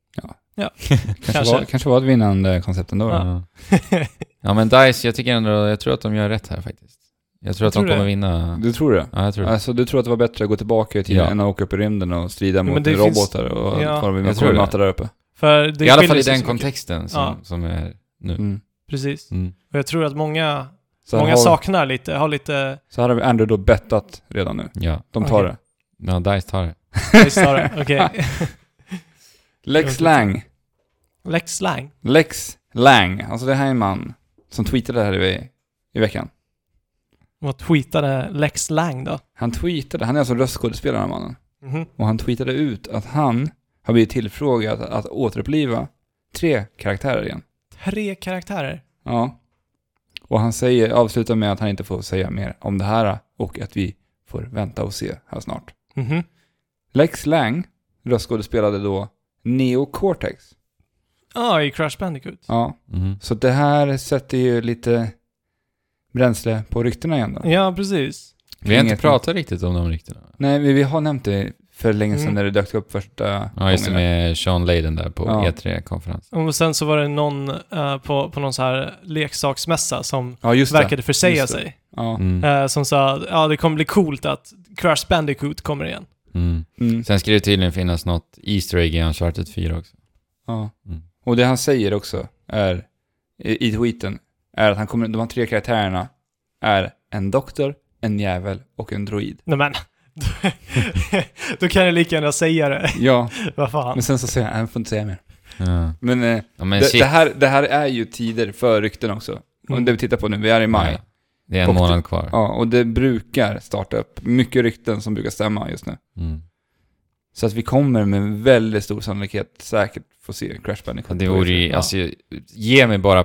kanske var ett vinnande koncept ändå.
Ja, men DICE, jag tror att de gör rätt här faktiskt. Jag tror att de kommer vinna.
Du tror det?
Ja, jag tror det.
Alltså, du tror att det var bättre att gå tillbaka i tiden än att åka upp i rymden och strida mot robotar och vad vi möta där uppe?
För det
i alla fall i den kontexten som är nu.
Precis. Och jag tror att många saknar lite, har lite...
Så här har vi ändå då bettat redan nu.
Ja.
De tar det.
Ja, DICE tar det.
DICE tar det, okej.
Lex Lang.
Lex
Lang. Alltså det här är en man som tweetade här i veckan.
Vad tweetade Lex Lang då?
Han är alltså röstskådespelaren mannen. Och han tweetade ut att han har blivit tillfrågad att återuppliva 3 karaktärer igen.
3 karaktärer?
Ja. Och han avslutar med att han inte får säga mer om det här och att vi får vänta och se här snart. Lex Lang röstskådespelade då Neo Cortex.
I Crash Bandicoot.
Ja. Så det här sätter ju lite bränsle på ryktena igen då.
Ja, precis.
Vi har inte pratat riktigt om de ryktena.
Nej, vi har nämnt det för länge sedan när det dök upp första gången.
Ja, just det, med Sean Layden där på E3-konferensen.
Och sen så var det någon på någon så här leksaksmässa som verkade försäga sig. Som sa, det kommer bli coolt att Crash Bandicoot kommer igen.
Sen ska det tydligen finnas något Easter egg i Uncharted 4 också.
Ja. Och det han säger också är i tweeten är att de här 3 karaktärerna är en doktor, en jävel och en droid.
Nej men, då kan jag lika gärna säga det.
Ja,
vad fan.
Men sen så säger jag får inte säga mer.
Ja.
Men, det här är ju tider för rykten också. Och det vi tittar på nu, vi är i maj.
Ja. Det är en månad kvar.
Ja, och det brukar starta upp mycket rykten som brukar stämma just nu. Så att vi kommer med väldigt stor sannolikhet säkert få se Crash Bandicoot.
Det vore alltså, ge mig bara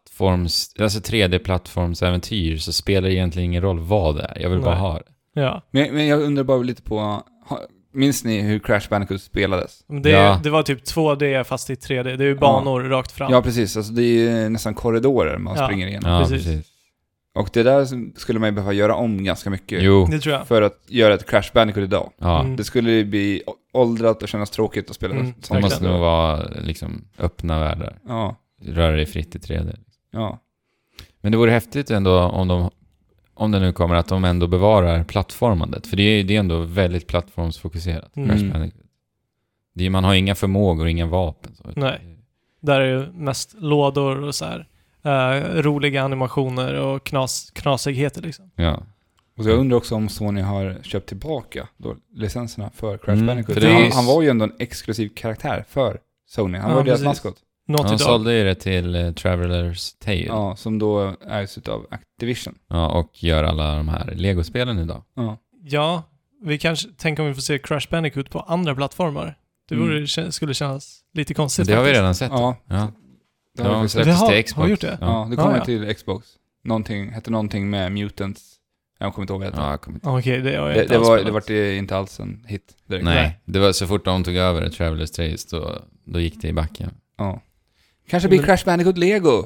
3D-plattformsäventyr så spelar det egentligen ingen roll vad det är. Jag vill bara ha det.
Ja.
Men jag undrar bara lite på, minns ni hur Crash Bandicoot spelades?
Det var typ 2D fast i 3D. Det är ju banor rakt fram.
Ja, precis. Alltså, det är ju nästan korridorer man springer igenom.
Ja, precis.
Och det där skulle man ju behöva göra om ganska mycket.
Jo.
Det tror jag.
För att göra ett Crash Bandicoot idag.
Ja.
Det skulle ju bli åldrat och kännas tråkigt att spela.
Det måste nog vara liksom öppna världar.
Ja.
Röra dig fritt i 3D.
Ja.
Men det vore häftigt ändå om det nu kommer att de ändå bevarar plattformandet. För det är ändå väldigt plattformsfokuserat. Crash Bandicoot. Man har inga förmågor och inga vapen. Så.
Nej. Där är ju mest lådor och så här. Roliga animationer och knasigheter liksom.
Ja.
Och så jag undrar också om Sony har köpt tillbaka då licenserna för Crash Bandicoot.
För
han var ju ändå en exklusiv karaktär för Sony. Han var ju deras maskot.
Han sålde ju det till Traveler's Tale.
Ja, som då ägs utav Activision.
Ja, och gör alla de här Lego-spelen idag.
Ja, vi kanske tänker om vi får se Crash Bandicoot på andra plattformar. Det skulle kännas lite konstigt.
Men det har vi redan sett.
Ja.
Det har vi släppts till Xbox.
Har gjort det?
Ja, det kommer till Xbox. Hette någonting med Mutants. Jag kommer inte ihåg vad det hette.
Ja, jag kommer inte.
Okej,
det var inte alls en hit direkt.
Nej, det var så fort de tog över Traveler's Tale då gick det i backen.
Ja. Kanske blir Crash Bandicoot Lego.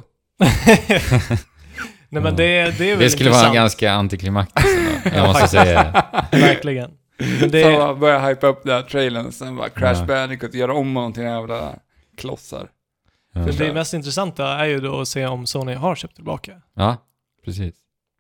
Nej, men det är väl
det skulle vara ganska antiklimaktiskt. Jag måste säga.
Verkligen. Men det
så börjar hypa upp den här trailern, sen bara Crash Bandicoot göra om någonting jävla klossar.
För det mest intressanta är ju då att se om Sony har köpt tillbaka.
Ja, precis.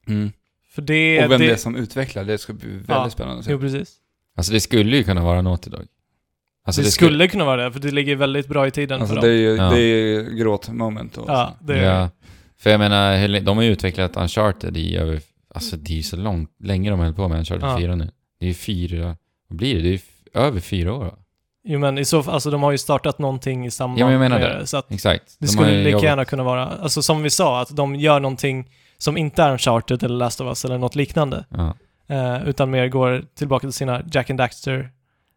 För det,
och vem det är som utvecklar, det ska bli väldigt spännande att se.
Jo, precis.
Alltså det skulle ju kunna vara något idag. Alltså
det skulle kunna vara det, för det ligger väldigt bra i tiden
alltså
för
dem. Det är gråtmoment.
Ja, det är
För jag menar, de har ju utvecklat Uncharted i över... Alltså det är ju så länge de har hållit på med Uncharted 4 nu. Det är ju 4... Vad blir det? Det är ju över 4 år, va?
Jo, men i så fall, alltså de har ju startat någonting i samband
jag menar
med det. Så att
exakt.
Det skulle lika gärna kunna vara... Alltså som vi sa, att de gör någonting som inte är Uncharted eller Last of Us eller något liknande. Utan mer går tillbaka till sina Jack and Daxter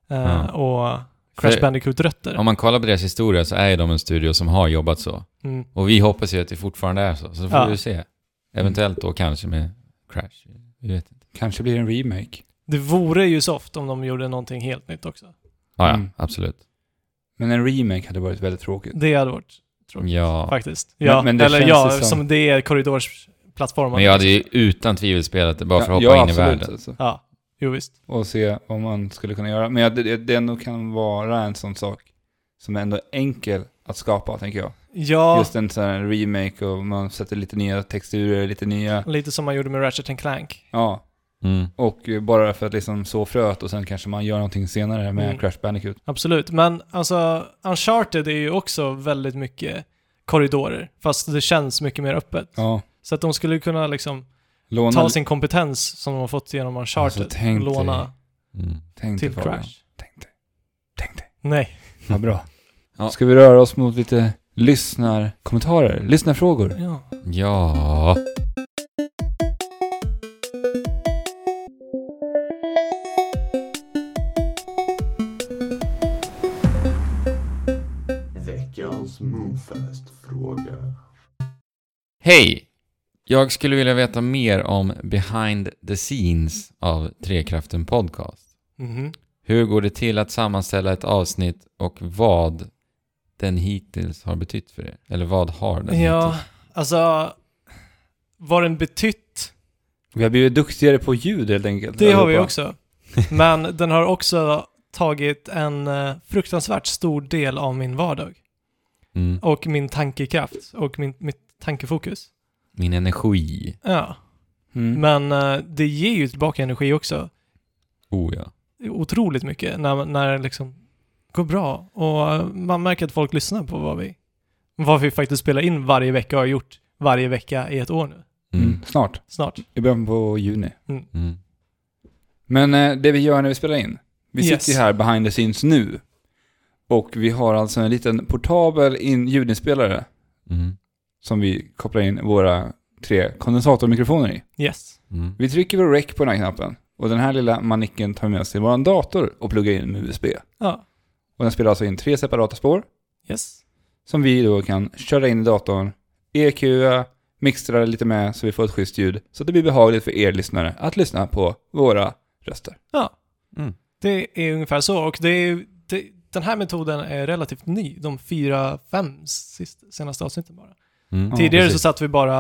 och Crash Bandicoot-rötter.
Om man kollar på deras historia så är de en studio som har jobbat så. Och vi hoppas ju att det fortfarande är så. Så får vi se. Eventuellt då kanske med Crash. Vi vet inte.
Kanske blir det en remake.
Det vore ju soft om de gjorde någonting helt nytt också.
Ja, absolut.
Men en remake hade varit väldigt tråkigt.
Det hade varit tråkigt, faktiskt. Ja,
men det
eller
känns
som det är korridorsplattformar.
Men jag hade ju utan tvivel spelat det bara för att hoppa in i världen.
Alltså.
Ja, jo visst.
Och se vad man skulle kunna göra. Men det ändå kan vara en sån sak som är ändå enkel att skapa, tänker jag.
Ja.
Just en sån här remake och man sätter lite nya texturer, lite nya...
Lite som man gjorde med Ratchet & Clank.
Ja. Och bara för att liksom så fröt och sen kanske man gör någonting senare med Crash Bandicoot.
Absolut, men alltså Uncharted är ju också väldigt mycket korridorer, fast det känns mycket mer öppet.
Ja.
Så att de skulle kunna liksom ta sin kompetens som de har fått genom Uncharted och låna till Crash.
Tänk dig.
Nej.
Vad bra. Ska vi röra oss mot lite lyssnarkommentarer, lyssnarfrågor?
Ja.
Fråga.
Hej! Jag skulle vilja veta mer om behind the scenes av Trekraften podcast. Hur går det till att sammanställa ett avsnitt och vad den hittills har betytt för er? Eller vad har den hittills?
Alltså vad den betytt?
Vi har blivit duktigare på ljud helt enkelt.
Det har vi också. Men den har också tagit en fruktansvärt stor del av min vardag. Och min tankekraft och mitt tankefokus.
Min energi.
Ja. Men det ger ju tillbaka energi också.
Ja.
Otroligt mycket när det liksom går bra. Och man märker att folk lyssnar på vad vi faktiskt spelar in varje vecka och har gjort varje vecka i ett år nu.
Snart. I början på juni.
Mm.
Men det vi gör när vi spelar in. Vi sitter ju här behind the scenes nu. Och vi har alltså en liten portabel ljudinspelare. Som vi kopplar in våra 3 kondensatormikrofoner i.
Yes.
Vi trycker på rec på den här knappen. Och den här lilla manicken tar med oss till vår dator och pluggar in med USB.
Ja.
Och den spelar alltså in 3 separata spår.
Yes.
Som vi då kan köra in i datorn, EQa, mixtra lite med så vi får ett schysst ljud. Så det blir behagligt för er lyssnare att lyssna på våra röster.
Ja. Det är ungefär så. Och den här metoden är relativt ny. De 4-5 senaste avsnitten bara. Tidigare så satt vi bara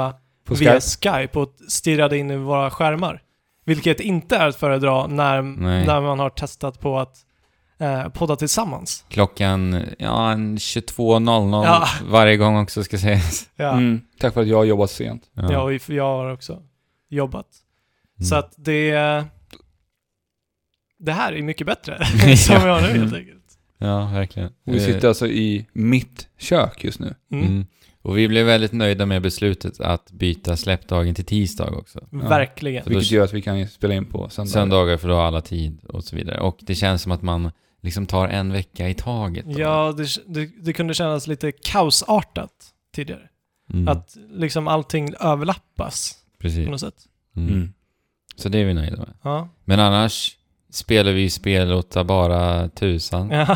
via Skype och stirrade in i våra skärmar. Vilket inte är att föredra när man har testat på att podda tillsammans.
Klockan 22.00 varje gång också ska sägas.
Ja.
Tack för att jag har jobbat sent.
Ja, och jag har också jobbat. Så att det här är mycket bättre som jag har nu helt enkelt.
Ja, verkligen.
Och vi sitter alltså i mitt kök just nu.
Och vi blev väldigt nöjda med beslutet att byta släppdagen till tisdag också.
Verkligen.
Vilket gör att vi kan spela in på
söndagar för då har alla tid och så vidare. Och det känns som att man liksom tar en vecka i taget. Då.
Ja, det kunde kännas lite kaosartat tidigare. Att liksom allting överlappas.
Precis.
På något sätt.
Så det är vi nöjda med.
Ja.
Men annars spelar vi spel åt bara tusan.
Ja.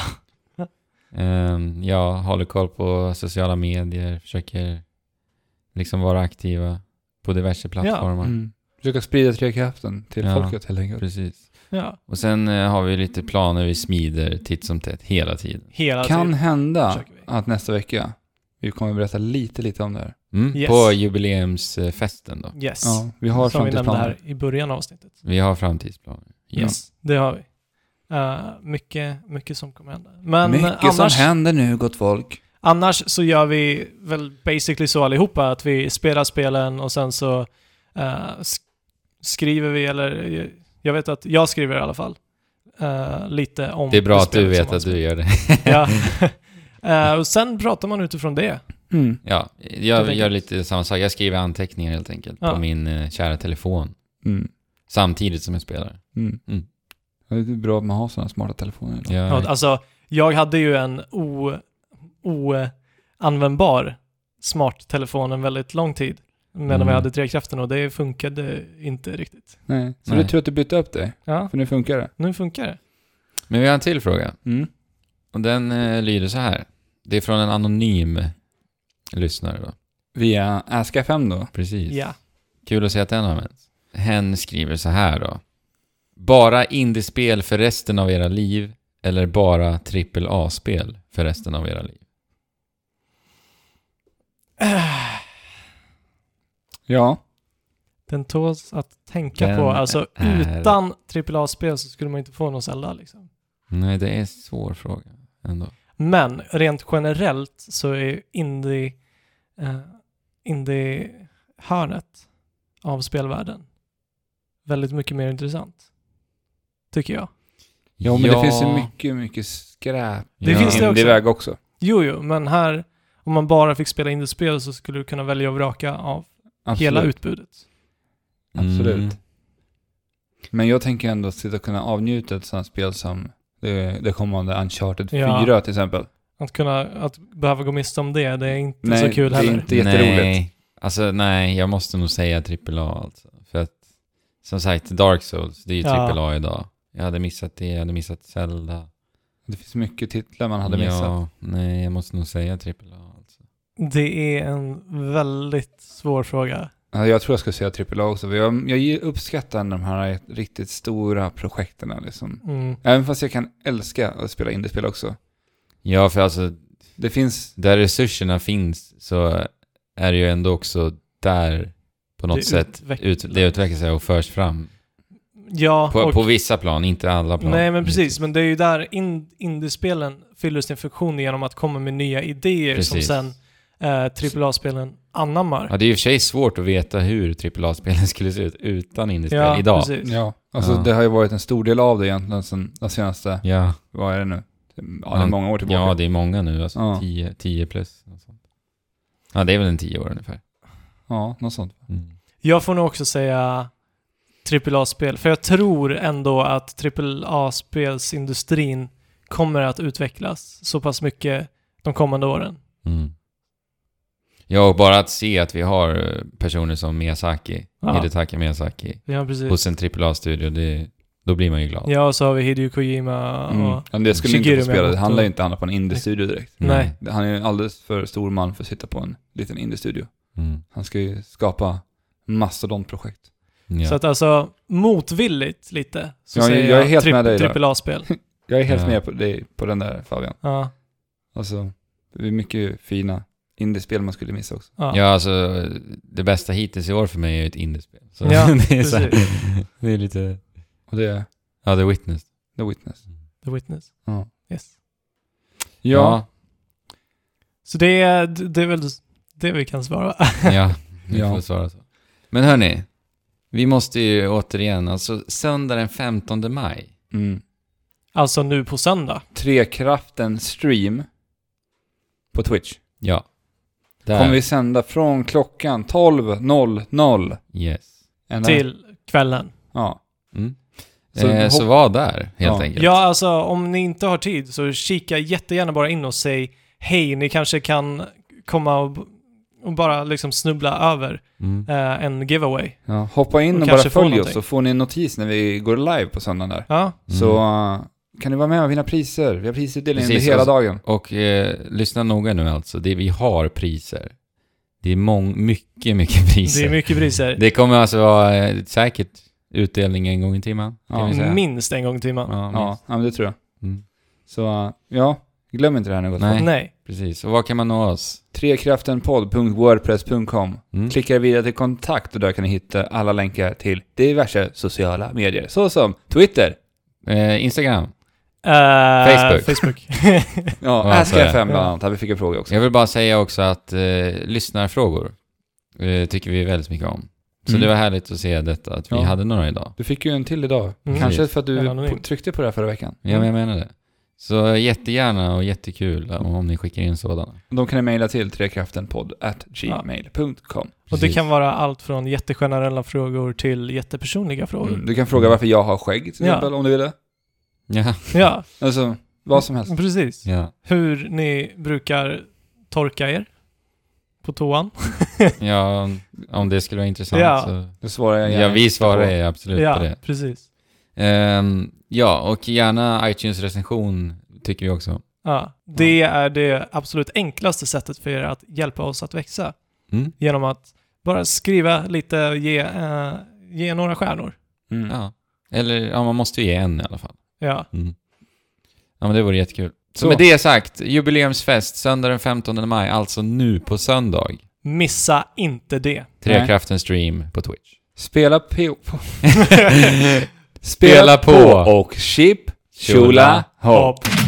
Jag håller koll på sociala medier, försöker liksom vara aktiva på diverse plattformar.
Försöka sprida trekraften till folket helt enkelt.
Precis.
Ja.
Och sen har vi lite planer vi smider titt som tätt hela tiden.
Kan hända att nästa vecka vi kommer berätta lite om det här.
Yes.
På jubileumsfesten då.
Yes.
Ja, vi har framtidsplaner.
Som vi nämnde här i början av avsnittet.
Vi har framtidsplaner.
Yes, det har vi. Mycket som kommer hända. Men
mycket
annars,
som händer nu, gott folk.
Annars så gör vi väl basically så allihopa att vi spelar spelen och sen så skriver vi, eller jag vet att jag skriver i alla fall lite om
det är bra att du vet att du gör det.
Ja. Och sen pratar man utifrån det.
Ja, jag gör lite samma sak. Jag skriver anteckningar helt enkelt på min kära telefon. Samtidigt som jag spelar.
Det är bra att man har sådana smarta telefoner.
Ja.
Alltså, jag hade ju en oanvändbar smart telefon en väldigt lång tid medan vi hade trekraften och det funkade inte riktigt.
Nej. Så du tror att du bytte upp det?
Ja.
För nu funkar det?
Nu funkar det.
Men vi har en till fråga. Och den lyder så här. Det är från en anonym lyssnare då.
Via Ask.fm då?
Precis.
Ja.
Kul att se att den används. Hen skriver så här då. Bara indiespel för resten av era liv eller bara AAA-spel för resten av era liv?
Ja.
Den tåls att tänka på. Alltså utan AAA-spel så skulle man inte få någon Zelda liksom.
Nej, det är en svår fråga ändå.
Men rent generellt så är indie-hörnet av spelvärlden väldigt mycket mer intressant. Tycker jag.
Ja, men det finns ju mycket skräp.
Det finns det också.
Indie-väg också.
Jo, men här om man bara fick spela indie-spel så skulle du kunna välja och vraka av hela utbudet.
Absolut. Men jag tänker ändå att kunna avnjuta ett sådant spel som det kommande Uncharted 4 till exempel. Att behöva gå miste om det är inte så kul heller.
Det är inte jätteroligt. Nej, jag måste nog säga AAA alltså. För att, som sagt, Dark Souls, det är ju AAA idag. Jag hade missat det, jag hade missat Zelda.
Det finns mycket titlar man hade missat.
Nej, jag måste nog säga AAA alltså.
Det är en väldigt svår fråga.
Ja, jag tror jag ska säga AAA också. Jag uppskattar de här riktigt stora projekten liksom. Även fast jag kan älska att spela indiespel också.
Ja, för alltså
det finns
där resurserna finns så är det ju ändå också där på något sätt det utvecklar sig och förs fram.
Ja,
på vissa plan, inte alla plan.
Nej, men precis. Men det är ju där indiespelen fyller sin funktion genom att komma med nya idéer som sen AAA-spelen anammar.
Ja, det är ju för sig svårt att veta hur AAA-spelen skulle se ut utan indiespel idag.
Precis.
Ja, alltså det har ju varit en stor del av det egentligen sen de senaste, vad är det nu? Ja, det är många år tillbaka.
Ja, det är många nu, alltså 10 plus. Ja, det är väl en 10 år ungefär.
Ja, något sånt.
Jag får nog också säga AAA-spel, för jag tror ändå att AAA-spelsindustrin kommer att utvecklas så pass mycket de kommande åren.
Ja, och bara att se att vi har personer som Miyazaki, Hidetaka Miyazaki, hos en AAA-studio, då blir man ju glad.
Ja, och så har vi Hideo Kojima och
men det skulle inte få spela. Det handlar ju inte om på en indie-studio direkt.
Nej.
Han är ju alldeles för stor man för att sitta på en liten indie-studio. Han ska ju skapa mastodontprojekt.
Ja. Så att alltså motvilligt lite så
säger jag är helt med dig
AAA-spel.
Jag är helt med på dig på den där, Fabian.
Ja.
Alltså, det är mycket fina indiespel man skulle missa också.
Ja, alltså det bästa hittills i år för mig är ett indiespel. Så
Ja,
det är så här, det är lite...
Och det är
Ja, The Witness.
The Witness.
The Witness.
Ja.
Yes.
Ja.
Så det är väl det vi kan svara.
Ja, vi får svara så. Men hörni, vi måste ju återigen, alltså söndag den 15 maj.
Mm.
Alltså nu på söndag.
Trekraften stream på Twitch.
Ja. Där.
Kommer vi sända från klockan 12.00.
Yes.
Till kvällen.
Ja.
Mm.
Så
var där, helt enkelt.
Ja, alltså om ni inte har tid så kika jättegärna bara in och säg hej, ni kanske kan komma och bara liksom snubbla över en giveaway.
Ja, hoppa in och bara följ oss så får ni en notis när vi går live på söndagen där.
Ja.
Så kan ni vara med och vinna priser. Vi har prisutdelning under hela dagen.
Och lyssna noga nu alltså. Vi har priser. Det är mycket priser.
Det är mycket priser.
Det kommer alltså vara säkert utdelning en gång i timmen.
Minst en gång i timmen.
Ja, men det tror jag. Så glöm inte det här nu.
Nej.
Precis. Och vad kan man nå oss?
trekraftenpodd.wordpress.com. Klicka vidare till kontakt och där kan ni hitta alla länkar till diverse sociala medier. Så som Twitter.
Instagram.
Facebook.
Ask.fm bland annat. Vi fick en fråga också.
Jag vill bara säga också att lyssnarfrågor tycker vi väldigt mycket om. Så det var härligt att se detta, att vi hade några idag.
Du fick ju en till idag. Kanske för att du tryckte på det här förra veckan.
Ja, men jag menar det. Så jättegärna och jättekul om ni skickar in sådana.
De kan ni mejla till trekraftenpodd@gmail.com.
Och det kan vara allt från jättegenerella frågor till jättepersonliga frågor.
Du kan fråga varför jag har skägg till exempel, om du vill det.
Ja.
Alltså, vad som helst.
Precis.
Ja.
Hur ni brukar torka er på toan.
Ja, om det skulle vara intressant så...
Då svarar jag gärna.
Ja, vi svarar absolut på det.
Ja, precis.
Och gärna iTunes-recension tycker vi också.
Ja, det är det absolut enklaste sättet för er att hjälpa oss att växa. Genom att bara skriva lite, ge några stjärnor.
Ja. Eller, man måste ju ge en i alla fall.
Ja.
Ja, men det vore jättekul. Så med det sagt, jubileumsfest söndag den 15 maj, alltså nu på söndag.
Missa inte det.
Trekraften stream på Twitch.
Spela på och chip, chula, hopp.